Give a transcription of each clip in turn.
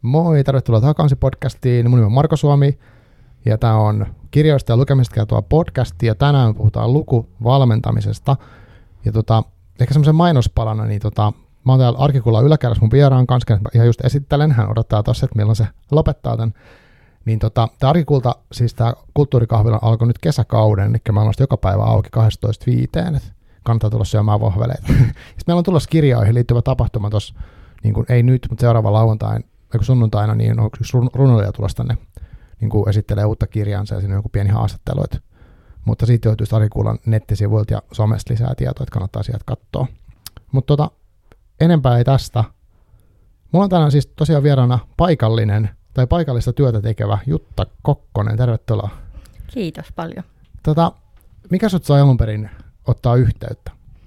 Moi, tervetuloa takaisin podcastiin. Mun nimi on Marko Suomi ja tämä on kirjoista ja lukemisesta kertova podcast ja tänään puhutaan lukuvalmentamisesta. Ja ehkä semmoisen mainospalana, niin mä oon täällä Arkikullan yläkerrassa mun vieraan kanssa, ihan just esittelen, hän odottaa tossa, että milloin se lopettaa tämän. Niin tämä Arkikulta, siis tämä kulttuurikahvila alkoi nyt kesäkauden, eli meillä on joka päivä auki 12.5, kannattaa tulla syömään vohveleita. Sitten meillä on tulossa kirjoihin liittyvä tapahtuma tuossa, niin kuin, ei nyt, mutta seuraava lauantain, sunnuntaina, niin on yksi runoilija tulossa tänne niin kuin esittelee uutta kirjansa ja siinä on joku pieni haastattelu. Mutta siitä löytyy Arkikullan nettisivuilta ja somesta lisää tietoa, että kannattaa sieltä katsoa. Mutta enempää ei tästä. Mulla on tänään siis tosiaan vieraana paikallista työtä tekevä Jutta Kokkonen. Tervetuloa. Kiitos paljon. Mikä sut sai alun perin ottaa yhteyttä?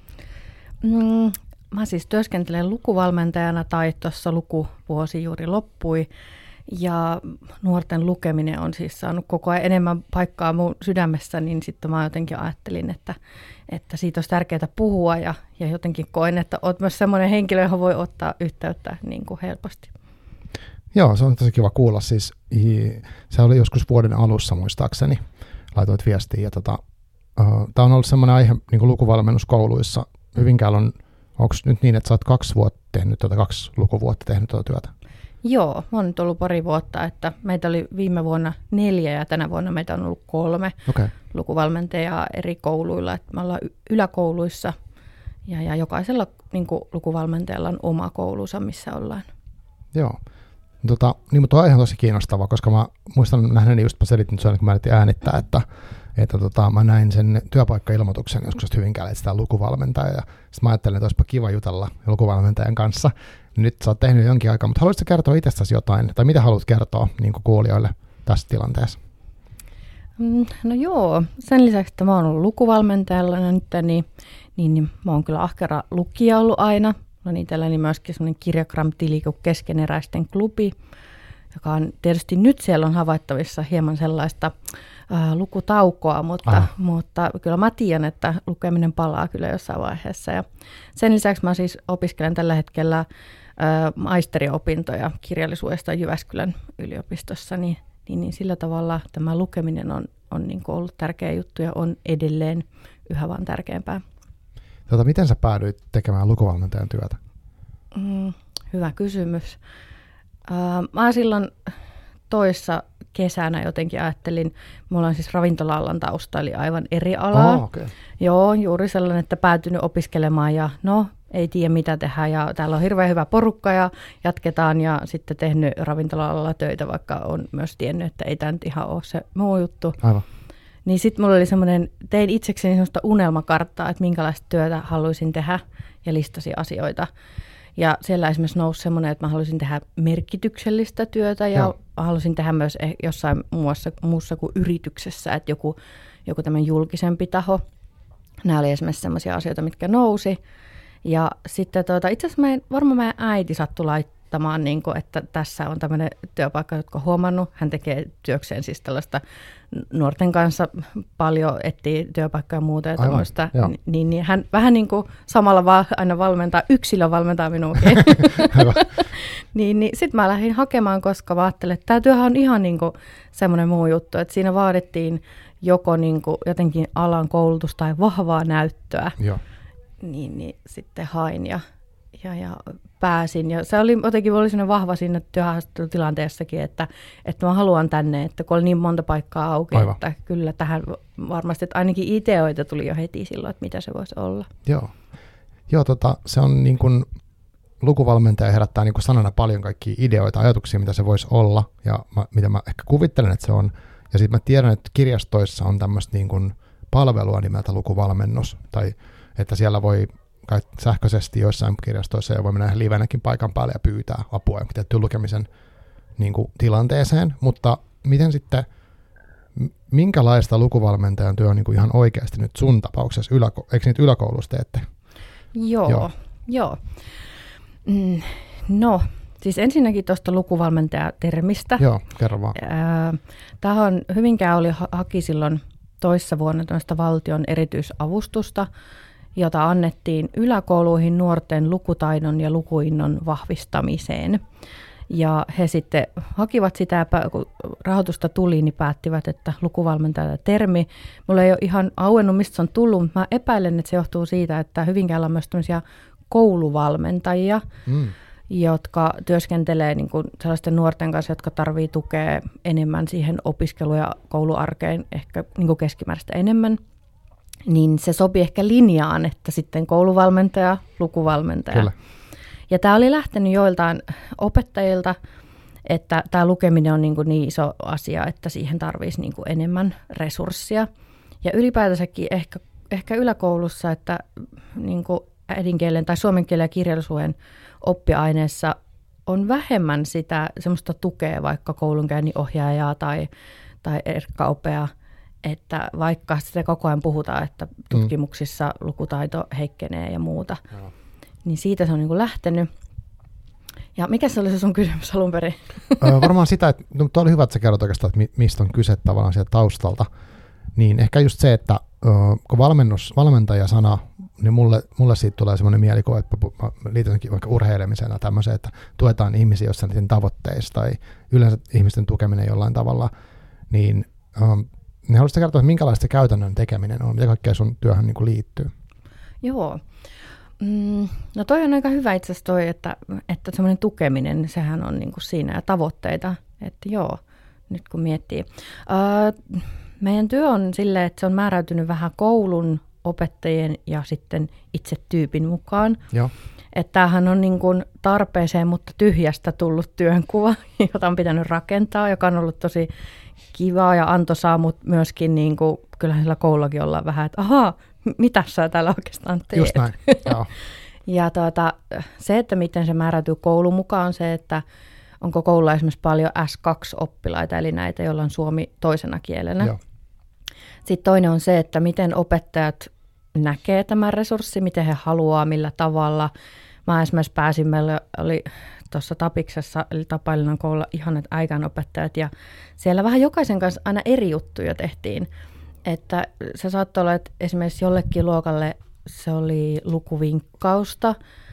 Mä siis työskentelen lukuvalmentajana tai tuossa lukuvuosi juuri loppui. Ja nuorten lukeminen on siis saanut koko ajan enemmän paikkaa mun sydämessä, niin sitten mä jotenkin ajattelin, että siitä olisi tärkeää puhua ja jotenkin koen, että oot myös semmoinen henkilö, johon voi ottaa yhteyttä niin kuin helposti. Joo, se on tosi kiva kuulla. Siis, se oli joskus vuoden alussa muistaakseni, laitoit viestiä. Ja tämä on ollut semmoinen aihe niin kuin lukuvalmennuskouluissa. Hyvinkäällä onko nyt niin, että sä oot 2 lukuvuotta tehnyt tuota työtä? Joo, mä oon nyt ollut pari vuotta, että meitä oli viime vuonna 4 ja tänä vuonna meitä on ollut 3 lukuvalmentajaa eri kouluilla. Että me ollaan yläkouluissa ja jokaisella niin kuin lukuvalmentajalla on oma koulunsa, missä ollaan. Joo, niin, mutta on ihan tosi kiinnostavaa, koska mä muistan nähneeni, just mä selitin sen, kun mä yritin äänittää, että mä näin sen työpaikkailmoituksen joskus Hyvinkäällä, että sitä on lukuvalmentaja. Ja sitten mä ajattelin, että olisipa kiva jutella lukuvalmentajan kanssa. Nyt sä oot tehnyt jonkin aikaa, mutta haluaisitko kertoa itsestäsi jotain, tai mitä haluat kertoa niin kuin kuulijoille tässä tilanteessa? No joo, sen lisäksi, että mä oon ollut lukuvalmentajalla nyt, niin mä oon kyllä ahkera lukija ollut aina. No niin, itselläni myöskin semmoinen Kirjagram-tili kuin Keskeneräisten klubi, joka on tietysti nyt siellä on havaittavissa hieman sellaista lukutaukoa, mutta kyllä mä tiedän, että lukeminen palaa kyllä jossain vaiheessa. Ja sen lisäksi mä siis opiskelen tällä hetkellä maisteriopintoja kirjallisuudesta Jyväskylän yliopistossa, niin sillä tavalla tämä lukeminen on niin kuin ollut tärkeä juttu ja on edelleen yhä vaan tärkeämpää. Miten sä päädyit tekemään lukuvalmentajan työtä? Hyvä kysymys. Mä silloin toissa kesänä jotenkin ajattelin, mulla on siis ravintola-alan tausta, eli aivan eri alaa. Okay. Joo, juuri sellainen, että päätynyt opiskelemaan ja ei tiedä mitä tehdä ja täällä on hirveän hyvä porukka ja jatketaan ja sitten tehnyt ravintola-alalla töitä, vaikka on myös tiennyt, että ei tämä nyt ihan ole se muu juttu. Aivan. Niin sitten mulla oli tein itsekseni sellaista unelmakarttaa, että minkälaista työtä haluaisin tehdä ja listasin asioita. Ja siellä esimerkiksi nousi semmoinen, että mä haluaisin tehdä merkityksellistä työtä ja haluaisin tehdä myös jossain muussa kuin yrityksessä, että joku tämmöinen julkisempi taho. Nämä oli esimerkiksi semmoisia asioita, mitkä nousi. Ja sitten itse asiassa varmaan äiti sattui laittamaan, niin kuin, että tässä on tämmöinen työpaikka, jotka on huomannut. Hän tekee työkseen siis tällaista nuorten kanssa paljon, etsii työpaikkaa ja muuta ja tämmöistä. Niin hän vähän niin kuin samalla aina yksilö valmentaa minuakin. niin sitten mä lähdin hakemaan, koska mä ajattelin, että tämä työhän on ihan niin kuin semmoinen muu juttu, että siinä vaadittiin joko niin kuin jotenkin alan koulutusta tai vahvaa näyttöä. Joo. Niin sitten hain ja pääsin. Ja se oli jotenkin sellainen vahva siinä työhaastattelutilanteessakin, että mä haluan tänne, että kun oli niin monta paikkaa auki, aivan, että kyllä tähän varmasti, että ainakin ideoita tuli jo heti silloin, että mitä se voisi olla. Joo, se on niin kuin lukuvalmentaja herättää niin kuin sanana paljon kaikkia ideoita, ajatuksia, mitä se voisi olla ja mitä mä ehkä kuvittelen, että se on. Ja sitten mä tiedän, että kirjastoissa on tämmöistä niin kuin palvelua nimeltä lukuvalmennus, tai että siellä voi sähköisesti joissain kirjastoissa ja voi mennä ihan livenäkin paikan päälle ja pyytää apua tiettyyn lukemisen niin kuin tilanteeseen, mutta miten sitten, minkälaista lukuvalmentajan työ on niin kuin ihan oikeasti nyt sun tapauksessa, eikö niitä yläkoulussa teette? Joo. No, siis ensinnäkin tuosta lukuvalmentajatermistä. Joo, kerro vaan. Tähän Hyvinkään haki silloin toissa vuonna valtion erityisavustusta, jota annettiin yläkouluihin nuorten lukutaidon ja lukuinnon vahvistamiseen. Ja he sitten hakivat sitä, ja kun rahoitusta tuli, niin päättivät, että lukuvalmentaja termi. Mulla ei ole ihan auennut, mistä se on tullut, mutta mä epäilen, että se johtuu siitä, että Hyvinkäällä on myös tämmöisiä kouluvalmentajia, jotka työskentelee niin kuin sellaisten nuorten kanssa, jotka tarvitsee tukea enemmän siihen opiskelu- ja kouluarkeen, ehkä niin kuin keskimääräistä enemmän. Niin se sopii ehkä linjaan, että sitten kouluvalmentaja, lukuvalmentaja. Kyllä. Ja tämä oli lähtenyt joiltain opettajilta, että tämä lukeminen on niin iso asia, että siihen tarvitsisi niin enemmän resursseja. Ja ylipäätänsäkin ehkä yläkoulussa, että niin äidinkielen tai suomen kielen ja kirjallisuuden oppiaineessa on vähemmän sitä semmoista tukea, vaikka koulunkäynninohjaajaa tai erkkaopea, että vaikka sitä koko ajan puhutaan, että tutkimuksissa lukutaito heikkenee ja muuta, niin siitä se on niin kuin lähtenyt. Ja mikä se oli se sun kysymys alun perin? Varmaan sitä, että tuo oli hyvä, että sä kerrot oikeastaan, että mistä on kyse tavallaan sieltä taustalta. Niin ehkä just se, että kun valmentaja-sana, niin mulle siitä tulee semmoinen mielikuva, että mä liitänkin vaikka urheilemiseen ja tämmöiseen, että tuetaan ihmisiä jossain niiden tavoitteissa tai yleensä ihmisten tukeminen jollain tavalla, niin haluaisitko kertoa, että minkälaista se käytännön tekeminen on, mitä kaikkea sun työhön niin kuin liittyy? Joo. No toi on aika hyvä itse asiassa toi, että semmoinen tukeminen, sehän on niin kuin siinä ja tavoitteita, että joo, nyt kun miettii. Meidän työ on silleen, että se on määräytynyt vähän koulun, opettajien ja sitten itse tyypin mukaan. Joo. Että tämähän on niin kuin tarpeeseen, mutta tyhjästä tullut työnkuva, jota on pitänyt rakentaa, joka on ollut tosi kivaa ja antoisaa, mutta myöskin niin kuin, kyllähän sillä koulullakin ollaan vähän, että ahaa, mitä sä täällä oikeastaan teet? Just näin, joo. Ja se, että miten se määräytyy koulun mukaan, on se, että onko koululla esimerkiksi paljon S2-oppilaita, eli näitä, joilla on suomi toisena kielenä. Joo. Sitten toinen on se, että miten opettajat näkee tämän resurssin, miten he haluaa, millä tavalla. Mä esimerkiksi pääsin, meillä oli tuossa Tapiksessa, eli Tapailinnan koululla, ihanat äikänopettajat, ja siellä vähän jokaisen kanssa aina eri juttuja tehtiin. Että se saattoi olla, että esimerkiksi jollekin luokalle se oli lukuvinkkausta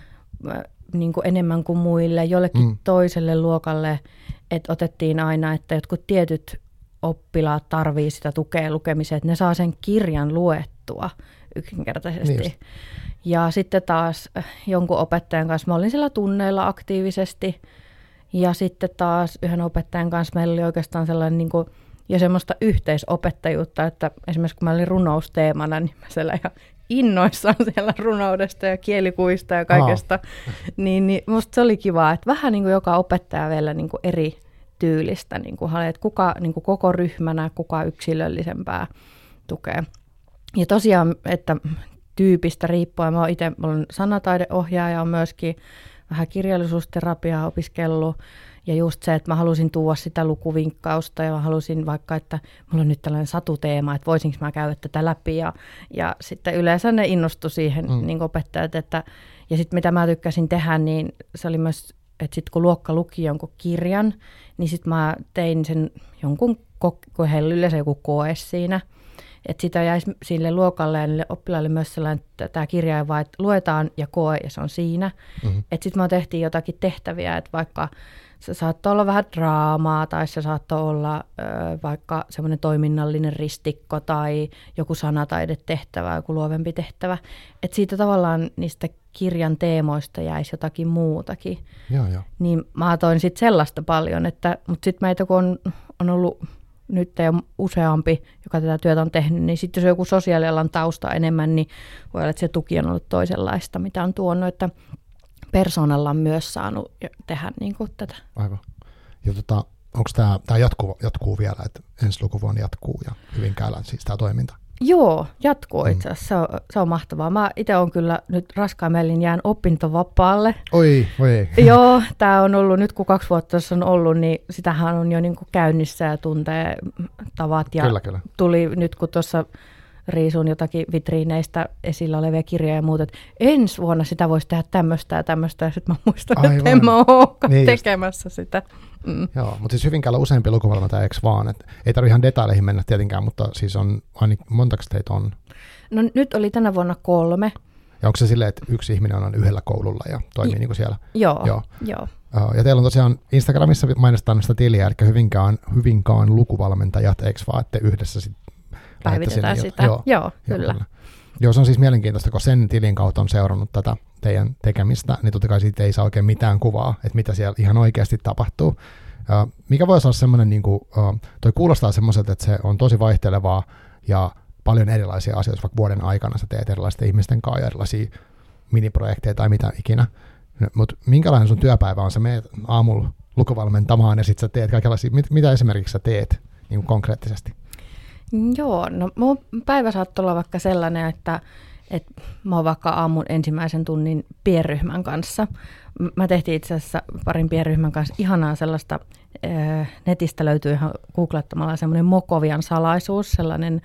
niin kuin enemmän kuin muille, jollekin toiselle luokalle, että otettiin aina, että jotkut tietyt oppilaat tarvii sitä tukea lukemiseen, että ne saa sen kirjan luettua yksinkertaisesti. Niin ja sitten taas jonkun opettajan kanssa mä olin siellä tunneilla aktiivisesti, ja sitten taas yhden opettajan kanssa meillä oli oikeastaan sellainen niin kuin, ja semmoista yhteisopettajuutta, että esimerkiksi kun mä olin runousteemana, niin mä siellä ihan innoissaan siellä runoudesta ja kielikuista ja kaikesta, niin musta se oli kiva, että vähän niin kuin joka opettaja vielä niin kuin eri tyylistä, niin kuin, että kuka niin kuin koko ryhmänä, kuka yksilöllisempää tukee. Ja tosiaan, että tyypistä riippuen, mä olen sanataideohjaaja, on myöskin vähän kirjallisuusterapiaa opiskellut, ja just se, että mä halusin tuoda sitä lukuvinkkausta, ja mä halusin vaikka, että mulla on nyt tällainen satuteema, että voisinko mä käydä tätä läpi, ja sitten yleensä ne innostui siihen niin opettajat, ja sitten mitä mä tykkäsin tehdä, niin se oli myös, että sitten kun luokka luki jonkun kirjan, niin sitten mä tein sen jonkun, kun heillä yleensä joku koe siinä, että sitä jäisi sille luokalle ja niille oppilaille myös sellainen, että tämä kirja ei vaan, että luetaan ja koe ja se on siinä. Että sitten me tehtiin jotakin tehtäviä, että vaikka se saattoi olla vähän draamaa tai se saattoi olla vaikka semmoinen toiminnallinen ristikko tai joku sanataidetehtävä, joku luovempi tehtävä. Että siitä tavallaan niistä kirjan teemoista jäisi jotakin muutakin. Joo. Niin mä toin sitten sellaista paljon, mutta sitten meitä kun on ollut nyt jo useampi, joka tätä työtä on tehnyt, niin sitten jos on joku sosiaalialan tausta enemmän, niin voi olla, että se tuki on ollut toisenlaista, mitä on tuonut, että persoonalla on myös saanut tehdä niin kuin tätä. Aivan. Ja onko tämä jatkuu vielä, että ensi lukuvuonna jatkuu ja Hyvinkäällä siis tämä toiminta? Joo, jatkuu itse asiassa. Se on mahtavaa. Mä itse olen kyllä nyt raskaan mielin jään opintovapaalle. Oi. Joo, tämä on ollut nyt kun 2 vuotta tässä on ollut, niin sitähän on jo niin kuin käynnissä ja tuntee tavat. Ja kyllä. Tuli nyt kun tuossa riisuun jotakin vitriineistä esillä olevia kirjoja ja muuta, että ensi vuonna sitä voisi tehdä tämmöistä ja tämmöistä, ja sitten mä muistan, että en mä olekaan niin tekemässä sitä. Joo, mutta siis Hyvinkäällä useampi lukuvalmentaja, eikö vaan? Et ei tarvitse ihan detaileihin mennä tietenkään, mutta siis on montako teitä on? No nyt oli tänä vuonna 3. Ja onko se silleen, että yksi ihminen on yhdellä koululla ja toimii niin kuin siellä? Joo. Ja teillä on tosiaan Instagramissa mainostetaan sitä tiliä, eli Hyvinkään lukuvalmentajat, eikö vaan, että yhdessä sitten päivitetään sitä. Joo, kyllä. Joo, se on siis mielenkiintoista, kun sen tilin kautta on seurannut tätä teidän tekemistä, niin totta kai siitä ei saa oikein mitään kuvaa, että mitä siellä ihan oikeasti tapahtuu. Mikä voisi olla semmoinen, niin kuin, toi kuulostaa semmoiselta, että se on tosi vaihtelevaa ja paljon erilaisia asioita, vaikka vuoden aikana sä teet erilaisten ihmisten kanssa ja erilaisia miniprojekteja tai mitä ikinä. Mutta minkälainen sun työpäivä on? Sä meet aamulla lukuvalmentamaan ja sitten sä teet kaikenlaisia, mitä esimerkiksi sä teet niin kuin konkreettisesti? Joo, no mun päivä saattoi olla vaikka sellainen, että mä oon vaikka aamun ensimmäisen tunnin pienryhmän kanssa. Mä tehtiin itse asiassa parin pienryhmän kanssa ihanaa sellaista, netistä löytyy ihan googlettamalla semmoinen Mokovian salaisuus, sellainen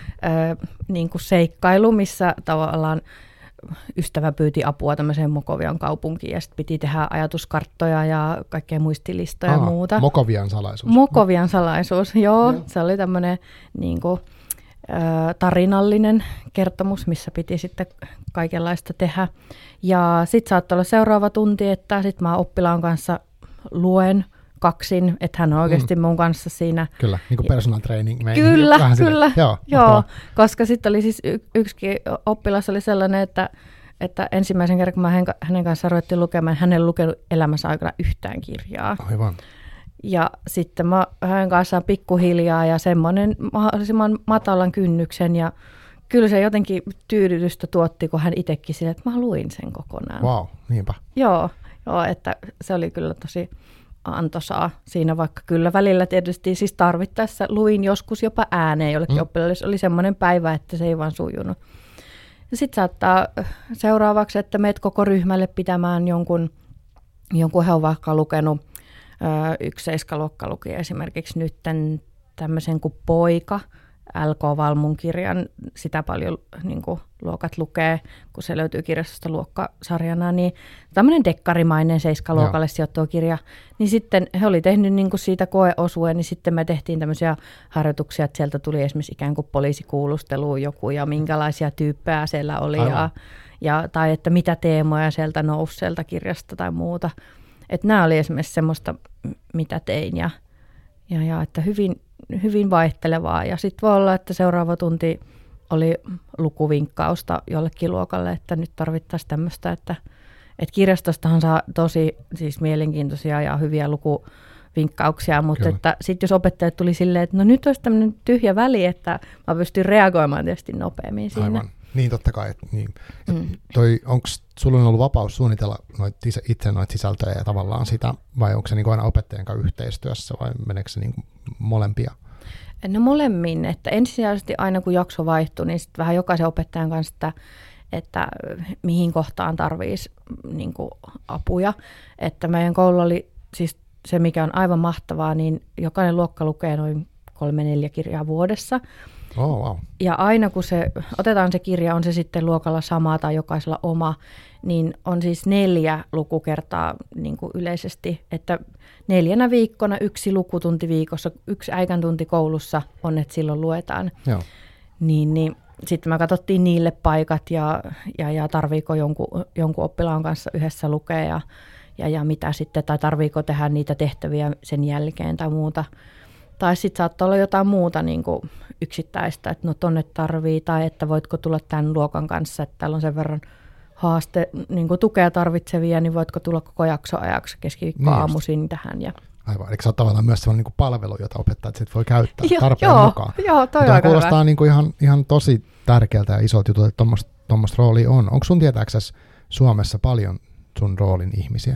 niin kuin seikkailu, missä tavallaan ystävä pyyti apua tämmöiseen Mokovian kaupunkiin ja sitten piti tehdä ajatuskarttoja ja kaikkea muistilistoja ja muuta. Mokovian salaisuus. Mokovian salaisuus, joo. Se oli tämmöinen niin kuin, tarinallinen kertomus, missä piti sitten kaikenlaista tehdä. Ja sitten saattoi olla seuraava tunti, että sitten mä oppilaan kanssa luen kaksin, että hän on oikeasti mun kanssa siinä. Kyllä, niin kuin personal training. Kyllä. Joo, koska sitten oli siis yksikin oppilas oli sellainen, että ensimmäisen kerran, kun mä hänen kanssaan ruvettiin lukemaan, hän ei lukenut elämänsä aikana yhtään kirjaa. Aivan. Ja sitten mä hänen kanssaan pikkuhiljaa ja semmoinen mahdollisimman matalan kynnyksen ja kyllä se jotenkin tyydytystä tuotti, kun hän itsekin sille, että mä luin sen kokonaan. Vau, niinpä. Joo, että se oli kyllä tosi antoisaa siinä, vaikka kyllä välillä tietysti siis tarvittaessa luin joskus jopa ääneen jollekin oppilaalle, oli semmoinen päivä, että se ei vaan sujunut. Sitten saattaa seuraavaksi, että meet koko ryhmälle pitämään jonkun he on vaikka lukenut, 1-7-luokka luki esimerkiksi nyt tämmöisen kuin Poika, LK Valmun kirjan, sitä paljon niin kuin luokat lukee, kun se löytyy kirjastosta luokkasarjana, niin tämmöinen dekkarimainen 7-luokalle sijoittuva kirja, niin sitten he oli tehnyt niin kuin siitä koeosueen, niin sitten me tehtiin tämmöisiä harjoituksia, että sieltä tuli esimerkiksi ikään kuin poliisikuulusteluun joku ja minkälaisia tyyppejä siellä oli tai että mitä teemoja sieltä nousi sieltä kirjasta tai muuta. Että nämä oli esimerkiksi semmoista, mitä tein ja että hyvin vaihtelevaa. Ja sitten voi olla, että seuraava tunti oli lukuvinkkausta jollekin luokalle, että nyt tarvittaisiin tämmöistä, että kirjastostahan saa tosi siis mielenkiintoisia ja hyviä lukuvinkkauksia, mutta että sitten jos opettajat tuli silleen, että no nyt olisi tämmöinen tyhjä väli, että mä pystyn reagoimaan tietysti nopeammin siinä. Aivan. Niin, totta kai. Niin. Onko sulla ollut vapaus suunnitella itse noita sisältöjä ja tavallaan sitä, vai onko se niin aina opettajan kanssa yhteistyössä, vai meneekö se niin molempia? No molemmin, että ensisijaisesti aina kun jakso vaihtui, niin sitten vähän jokaisen opettajan kanssa, että mihin kohtaan tarvitsisi niin apuja. Että meidän koululla oli siis se, mikä on aivan mahtavaa, niin jokainen luokka lukee noin 3-4 kirjaa vuodessa. Oh, wow. Ja aina kun otetaan se kirja, on se sitten luokalla sama tai jokaisella oma, niin on siis 4 lukukertaa niin kuin yleisesti, että 4 viikkona 1 lukutunti viikossa, 1 äikän tunti koulussa on, että silloin luetaan. Joo. Niin sitten me katsottiin niille paikat ja tarviiko jonkun oppilaan kanssa yhdessä lukea ja mitä sitten, tai tarviiko tehdä niitä tehtäviä sen jälkeen tai muuta. Tai sitten saattaa olla jotain muuta niin kuin yksittäistä, että no tonne tarvii, tai että voitko tulla tämän luokan kanssa, että täällä on sen verran niin kuin tukea tarvitsevia, niin voitko tulla koko jaksoajaksi keskiviikkoaamuisin tähän. Ja aivan, eli se on tavallaan myös sellainen niin kuin palvelu, jota opettajat sitten voi käyttää tarpeen mukaan. Joo, toi on aika kuulostaa niin kuin ihan tosi tärkeältä ja isot jutut, että tuommoista roolia on. Onko sun tietääksesi Suomessa paljon sun roolin ihmisiä?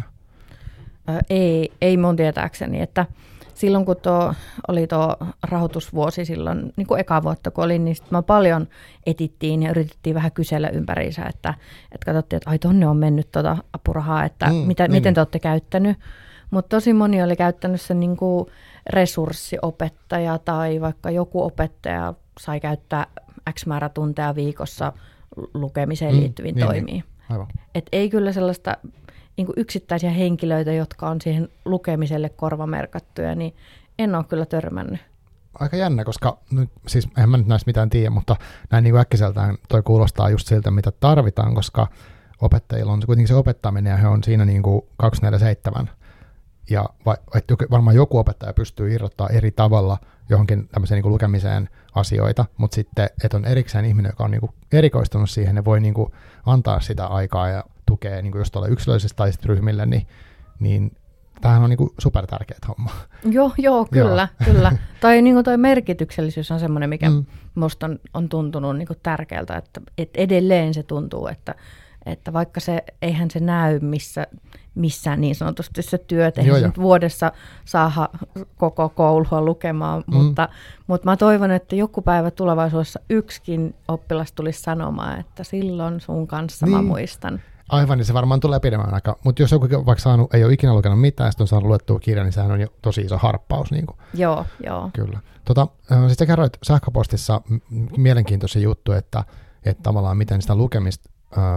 Ei mun tietääkseni, että silloin kun oli tuo rahoitusvuosi silloin, niin kuin eka vuotta kun olin, niin sitten paljon etittiin ja yritettiin vähän kysellä ympäriinsä, että katsottiin, että ai tonne on mennyt apurahaa, että miten te olette käyttänyt. Mutta tosi moni oli käyttänyt sen niin kuin resurssiopettaja tai vaikka joku opettaja sai käyttää X määrä tunteja viikossa lukemiseen liittyviin toimiin. Et ei kyllä sellaista niin kuin yksittäisiä henkilöitä, jotka on siihen lukemiselle korvamerkattuja, niin en ole kyllä törmännyt. Aika jännä, koska nyt, siis eihän mä nyt näistä mitään tiedä, mutta näin niin kuin äkkiseltään toi kuulostaa just siltä, mitä tarvitaan, koska opettajilla on kuitenkin se opettaminen ja he on siinä niin kuin 24/7 ja että varmaan joku opettaja pystyy irrottaa eri tavalla johonkin tämmöiseen niin kuin lukemiseen asioita, mutta sitten, että on erikseen ihminen, joka on niin kuin erikoistunut siihen, ne voi niin kuin antaa sitä aikaa ja tukea, niin kuin jos tuolla yksilöllisesti tai sitten ryhmille, niin tämähän on niin kuin supertärkeät homma. Joo, kyllä. Niin kuin toi merkityksellisyys on semmoinen, mikä musta on tuntunut niin kuin tärkeältä, että edelleen se tuntuu, että vaikka eihän se näy missään niin sanotusti se työt, eihän se nyt vuodessa saada koko koulua lukemaan, mutta mä toivon, että joku päivä tulevaisuudessa yksikin oppilas tulisi sanomaan, että silloin sun kanssa mä muistan. Aivan, niin se varmaan tulee pidemmän aikaa, mutta jos joku vaikka ei ole ikinä lukenut mitään, ja sitten on saanut luettua kirjan, niin sehän on jo tosi iso harppaus. Niin kuin. Joo. Kyllä. Sitten sä kerroit sähköpostissa mielenkiintoisen juttu, että tavallaan miten sitä lukemista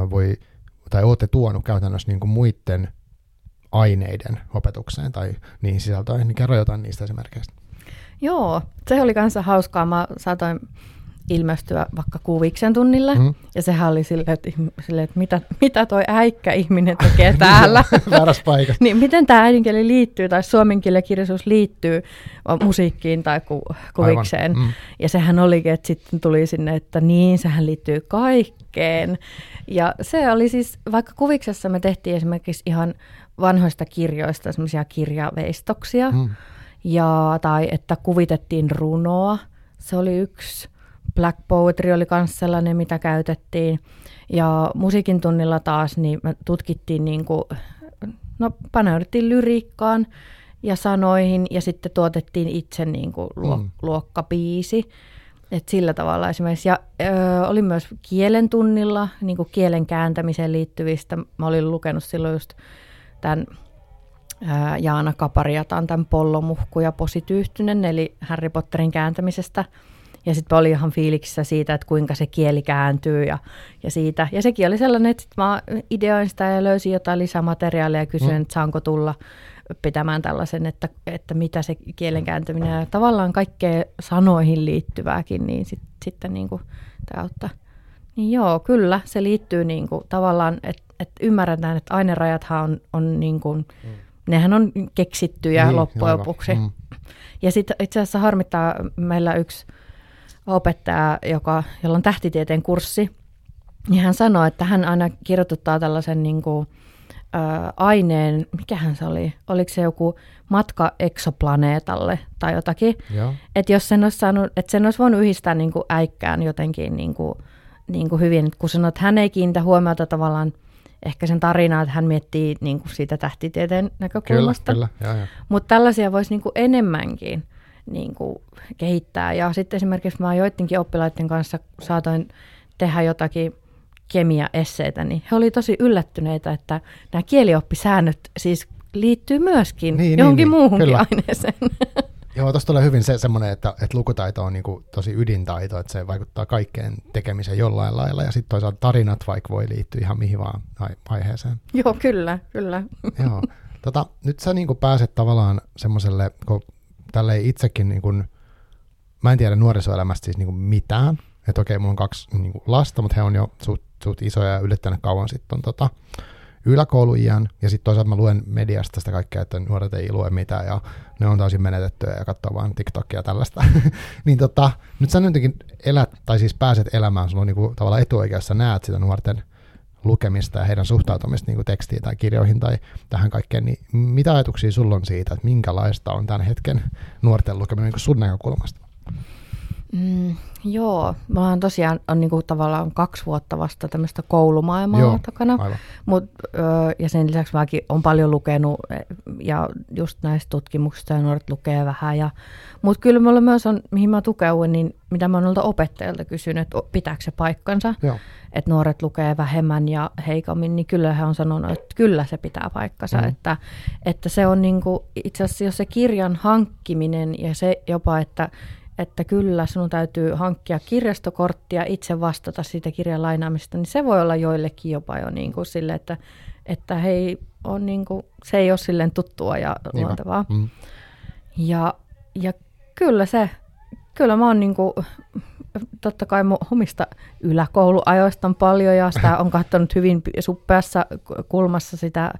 olette tuonut käytännössä niin kuin muiden aineiden opetukseen tai niihin sisältöihin, niin kerro jotain niistä esimerkiksi. Joo, se oli kanssa hauskaa. Mä saatoin ilmestyä vaikka Kuviksen tunnille, ja sehän oli silleen, että mitä toi äikkä ihminen tekee täällä. Väärässä paikassa. Niin, miten tämä äidinkieli liittyy, tai suomen kielen kirjallisuus liittyy musiikkiin tai Kuvikseen. Ja sehän olikin, että sitten tuli sinne, että niin, sehän liittyy kaikkeen. Ja se oli siis, vaikka Kuviksessa me tehtiin esimerkiksi ihan vanhoista kirjoista semmoisia kirjaveistoksia, tai että kuvitettiin runoa. Se oli yksi. Black Poetry oli myös sellainen, mitä käytettiin. Ja musiikin tunnilla taas niin me tutkittiin, paneuduttiin lyriikkaan ja sanoihin ja sitten tuotettiin itse luokkabiisi. Et sillä tavalla esimerkiksi. Ja oli myös kielen tunnilla, kielen kääntämiseen liittyvistä. Mä olin lukenut silloin just tämän Jaana Kapariatan, tämän Pollomuhku ja Posi Tyyhtynen, eli Harry Potterin kääntämisestä. Ja sitten oli ihan fiiliksissä siitä, että kuinka se kieli kääntyy ja siitä. Ja sekin oli sellainen, että sitten mä ideoin sitä ja löysin jotain lisämateriaalia ja kysyin, että saanko tulla pitämään tällaisen, että mitä se kielen kääntyminen ja tavallaan kaikkea sanoihin liittyvääkin, niin sitten niin kuin tämä auttaa. Niin joo, kyllä, se liittyy niin kuin tavallaan, että ymmärretään, että ainerajathan on niin kuin, nehän on keksittyjä loppujen lopuksi. Ja sitten itse asiassa harmittaa meillä yksi opettaja, jolla on tähtitieteen kurssi, niin hän sanoi, että hän aina kirjoituttaa tällaisen niin kuin, aineen, mikähän se oli, oliko se joku matka eksoplaneetalle tai jotakin, että jos sen olisi saanut, että sen olisi voinut yhdistää niin kuin äikkään jotenkin niin kuin hyvin, kun sanoi, että hän ei kiinnitä huomiota tavallaan ehkä sen tarinaa, että hän miettii niin kuin siitä tähtitieteen näkökulmasta, kyllä. Mutta tällaisia voisi niin kuin enemmänkin niin kuin kehittää. Ja sitten esimerkiksi mä joidenkin oppilaiden kanssa saatoin tehdä jotakin kemia-esseitä, niin he olivat tosi yllättyneitä, että nämä kielioppisäännöt siis liittyy myöskin johonkin muuhunkin kyllä. aineeseen. Joo, tuossa tulee hyvin semmoinen, että lukutaito on niinku tosi ydintaito, että se vaikuttaa kaikkeen tekemiseen jollain lailla, ja sitten toisaalta tarinat vaikka voi liittyä ihan mihin vaan aiheeseen. Joo, kyllä. Joo. Nyt sä niinku pääset tavallaan semmoiselle, kun tälleen itsekin, niinku, mä en tiedä nuorisoelämästä siis niinku mitään, että okei, mulla on 2 niinku lasta, mutta he on jo suht isoja ja ylittänyt kauan sitten yläkouluiän, ja sitten toisaalta mä luen mediasta sitä kaikkea, että nuoret ei lue mitään, ja ne on täysin menetettyä ja katsoo vaan TikTokia ja tällaista. Niin nyt sä jotenkin elät, tai siis pääset elämään, sulla on niinku tavallaan etuoikeassa näet sitä nuorten lukemista ja heidän suhtautumista niinku tekstiin tai kirjoihin tai tähän kaikkeen, niin mitä ajatuksia sulla on siitä, että minkälaista on tämän hetken nuorten lukeminen niinku sun näkökulmasta? Joo, mä oon tosiaan on niinku tavallaan 2 vuotta vasta tämmöistä koulumaailmaa takana, ja sen lisäksi mäkin olen paljon lukenut ja just näistä tutkimuksista ja nuoret lukee vähän, mutta kyllä mulla myös on, mihin mä tukeudun, niin mitä mä oon noilta opettajilta kysynyt, että pitääkö se paikkansa, että nuoret lukee vähemmän ja heikommin, niin kyllä he on sanonut, että kyllä se pitää paikkansa, että se on niinku, itse asiassa jos se kirjan hankkiminen ja se jopa, että kyllä sinun täytyy hankkia kirjastokorttia, itse vastata siitä kirjan lainaamista, niin se voi olla joillekin jopa jo niin kuin sille, että hei, on niin kuin, se ei ole silleen tuttua ja luontevaa. Ja kyllä mä oon niin kuin, totta kai mun omista yläkouluajoista on paljon ja sitä on katsonut hyvin suppeassa kulmassa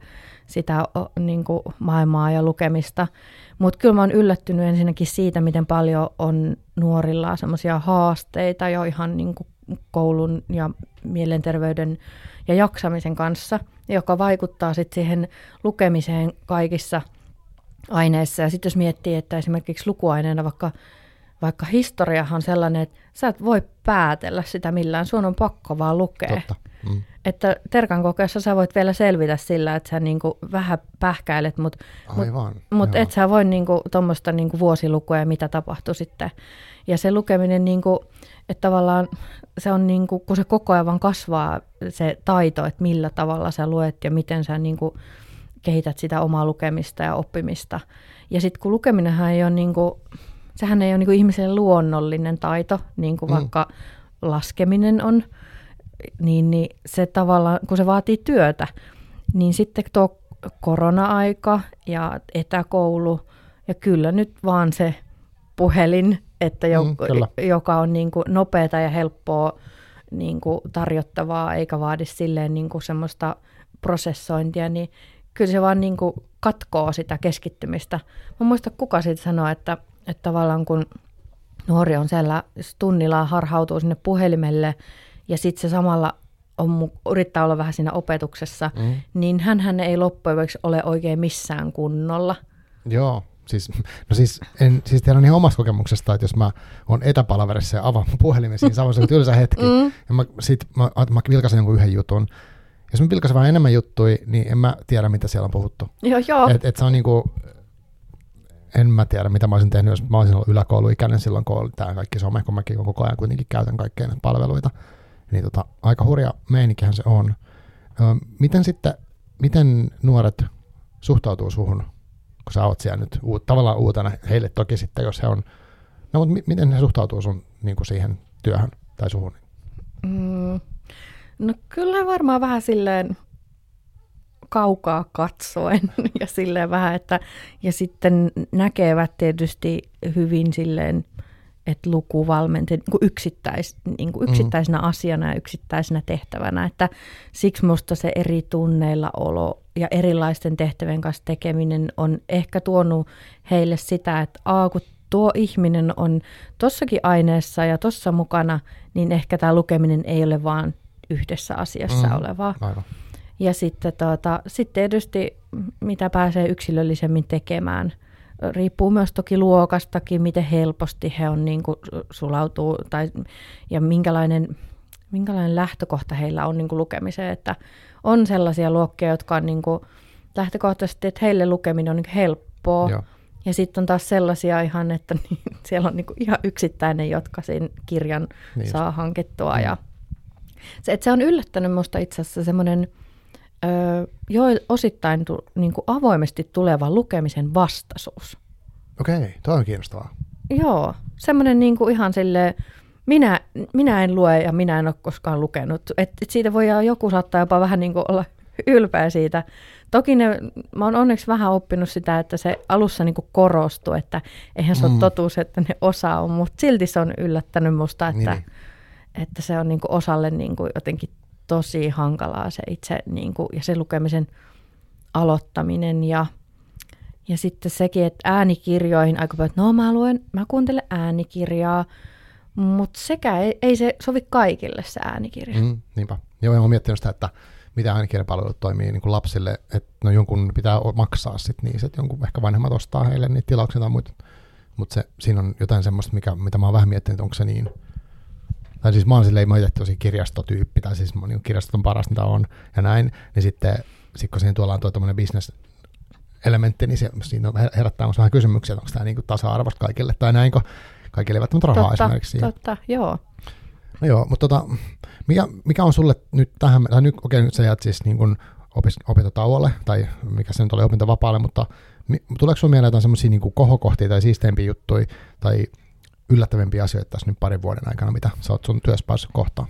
niin kuin maailmaa ja lukemista. Mutta kyllä mä oon yllättynyt ensinnäkin siitä, miten paljon on nuorilla semmoisia haasteita jo ihan niin kuin koulun ja mielenterveyden ja jaksamisen kanssa, joka vaikuttaa sitten siihen lukemiseen kaikissa aineissa. Ja sitten jos miettii, että esimerkiksi lukuaineena vaikka historiahan on sellainen, että sä et voi päätellä sitä millään, sun on pakko vaan lukea. Totta. Mm. Että Terkan kokeessa sä voit vielä selvitä sillä, että sä niinku vähän pähkäilet, mutta et sä voi niinku tuommoista niinku vuosilukua ja mitä tapahtui sitten. Ja se lukeminen, niinku, että tavallaan se on niinku, kun se koko ajan vaan kasvaa se taito, että millä tavalla sä luet ja miten sä niinku kehität sitä omaa lukemista ja oppimista. Ja sitten kun lukeminenhan ei ole niinku, sehän ei ole niinku ihmiselle luonnollinen taito, niin kuin vaikka laskeminen on, niin se tavallaan, kun se vaatii työtä, niin sitten tuo korona-aika ja etäkoulu ja kyllä nyt vaan se puhelin, että joka on niinku nopeata ja helppoa niinku tarjottavaa eikä vaadi silleen niinku semmoista prosessointia, niin kyllä se vaan niinku katkoo sitä keskittymistä. Mä muistan, kuka siitä sanoi, että tavallaan kun nuori on siellä tunnilla harhautuu sinne puhelimelle ja sitten se samalla yrittää olla vähän siinä opetuksessa, niin hänhän ei loppujen lopuksi ole oikein missään kunnolla. Joo, siis tiedän ihan omasta kokemuksesta, että jos mä oon etäpalaverissa ja avaan puhelimen siinä samassa tylsä hetki, ja mä vilkaisen jonkun yhden jutun, jos mä vilkaisen vähän enemmän juttuja, niin en mä tiedä, mitä siellä on puhuttu. Joo. Et se on niinku, en mä tiedä, mitä mä olisin tehnyt, jos mä olisin ollut yläkouluikäinen silloin, kun oli tää kaikki some, kun mäkin koko ajan kuitenkin käytän kaikkea näitä palveluita. Niin aika hurja meininkihän se on. Miten nuoret suhtautuu suhun, kun sä oot siellä nyt tavallaan uutena, heille toki sitten, jos he on, no mutta miten he suhtautuu sun niin kuin siihen työhön tai suhun? No kyllä varmaan vähän silleen kaukaa katsoen ja silleen vähän, että ja sitten näkevät tietysti hyvin silleen, että lukuvalmentaja niin kuin yksittäisenä asiana ja yksittäisenä tehtävänä, että siksi musta se eri tunneilla olo ja erilaisten tehtävien kanssa tekeminen on ehkä tuonut heille sitä, että kun tuo ihminen on tossakin aineessa ja tossa mukana, niin ehkä tämä lukeminen ei ole vaan yhdessä asiassa olevaa. Aivan. Ja sitten tietysti mitä pääsee yksilöllisemmin tekemään. Riippuu myös toki luokastakin, miten helposti he on niin kuin sulautuu ja minkälainen lähtökohta heillä on niin kuin lukemiseen. Että on sellaisia luokkia, jotka on niin kuin lähtökohtaisesti, että heille lukeminen on niin kuin helppoa. Joo. Ja sitten on taas sellaisia ihan, että siellä on niin kuin ihan yksittäinen, jotka siinä kirjan saa hankittua. Ja se on yllättänyt minusta itse asiassa semmoinen osittain niin kuin avoimesti tuleva lukemisen vastaisuus. Okei, toi on kiinnostavaa. Joo, semmoinen niin kuin ihan silleen, minä en lue ja minä en ole koskaan lukenut. Et siitä voi joku saattaa jopa vähän niin kuin olla ylpeä siitä. Toki mä oon onneksi vähän oppinut sitä, että se alussa niin kuin korostui, että eihän se ole totuus, että ne osaa, mutta silti se on yllättänyt musta, että se on niin kuin osalle niin kuin jotenkin tosi hankalaa se itse niin kuin, ja se lukemisen aloittaminen ja sitten sekin, että äänikirjoihin aika paljon, että mä kuuntelen äänikirjaa, mutta ei se sovi kaikille se äänikirja. Niinpä. Joo, mä oon miettinyt sitä, että mitä äänikirjapalvelut toimii niin kuin lapsille, että jonkun pitää maksaa sitten niin, että jonkun ehkä vanhemmat ostaa heille niitä tilauksia tai muita, mutta siinä on jotain semmoista, mitä mä oon vähän miettinyt, onko se niin. Tai siis mä oon silleen, mä oon itse tosi kirjastotyyppi, tai siis niin kirjastot on paras, mitä on, ja näin, niin sitten kun siihen tuolla on tuo tämmöinen business-elementti, niin siinä herättää vähän kysymyksiä, että onko tämä niin tasa-arvoista kaikille, tai näinkö, kaikille ei välttämättä rahaa esimerkiksi siihen. Totta, joo. No joo, mutta mikä on sulle nyt tähän, tai nyt sä jäät siis niin kuin opintotauolle, tai mikä se nyt oli opintovapaalle, mutta tuleeko sinulle mieleen jotain semmoisia niin kuin kohokohtia tai siisteimpiä juttuja, tai yllättävimpiä asioita tässä nyt parin vuoden aikana, mitä sä oot sun työssä päässyt kohtaan?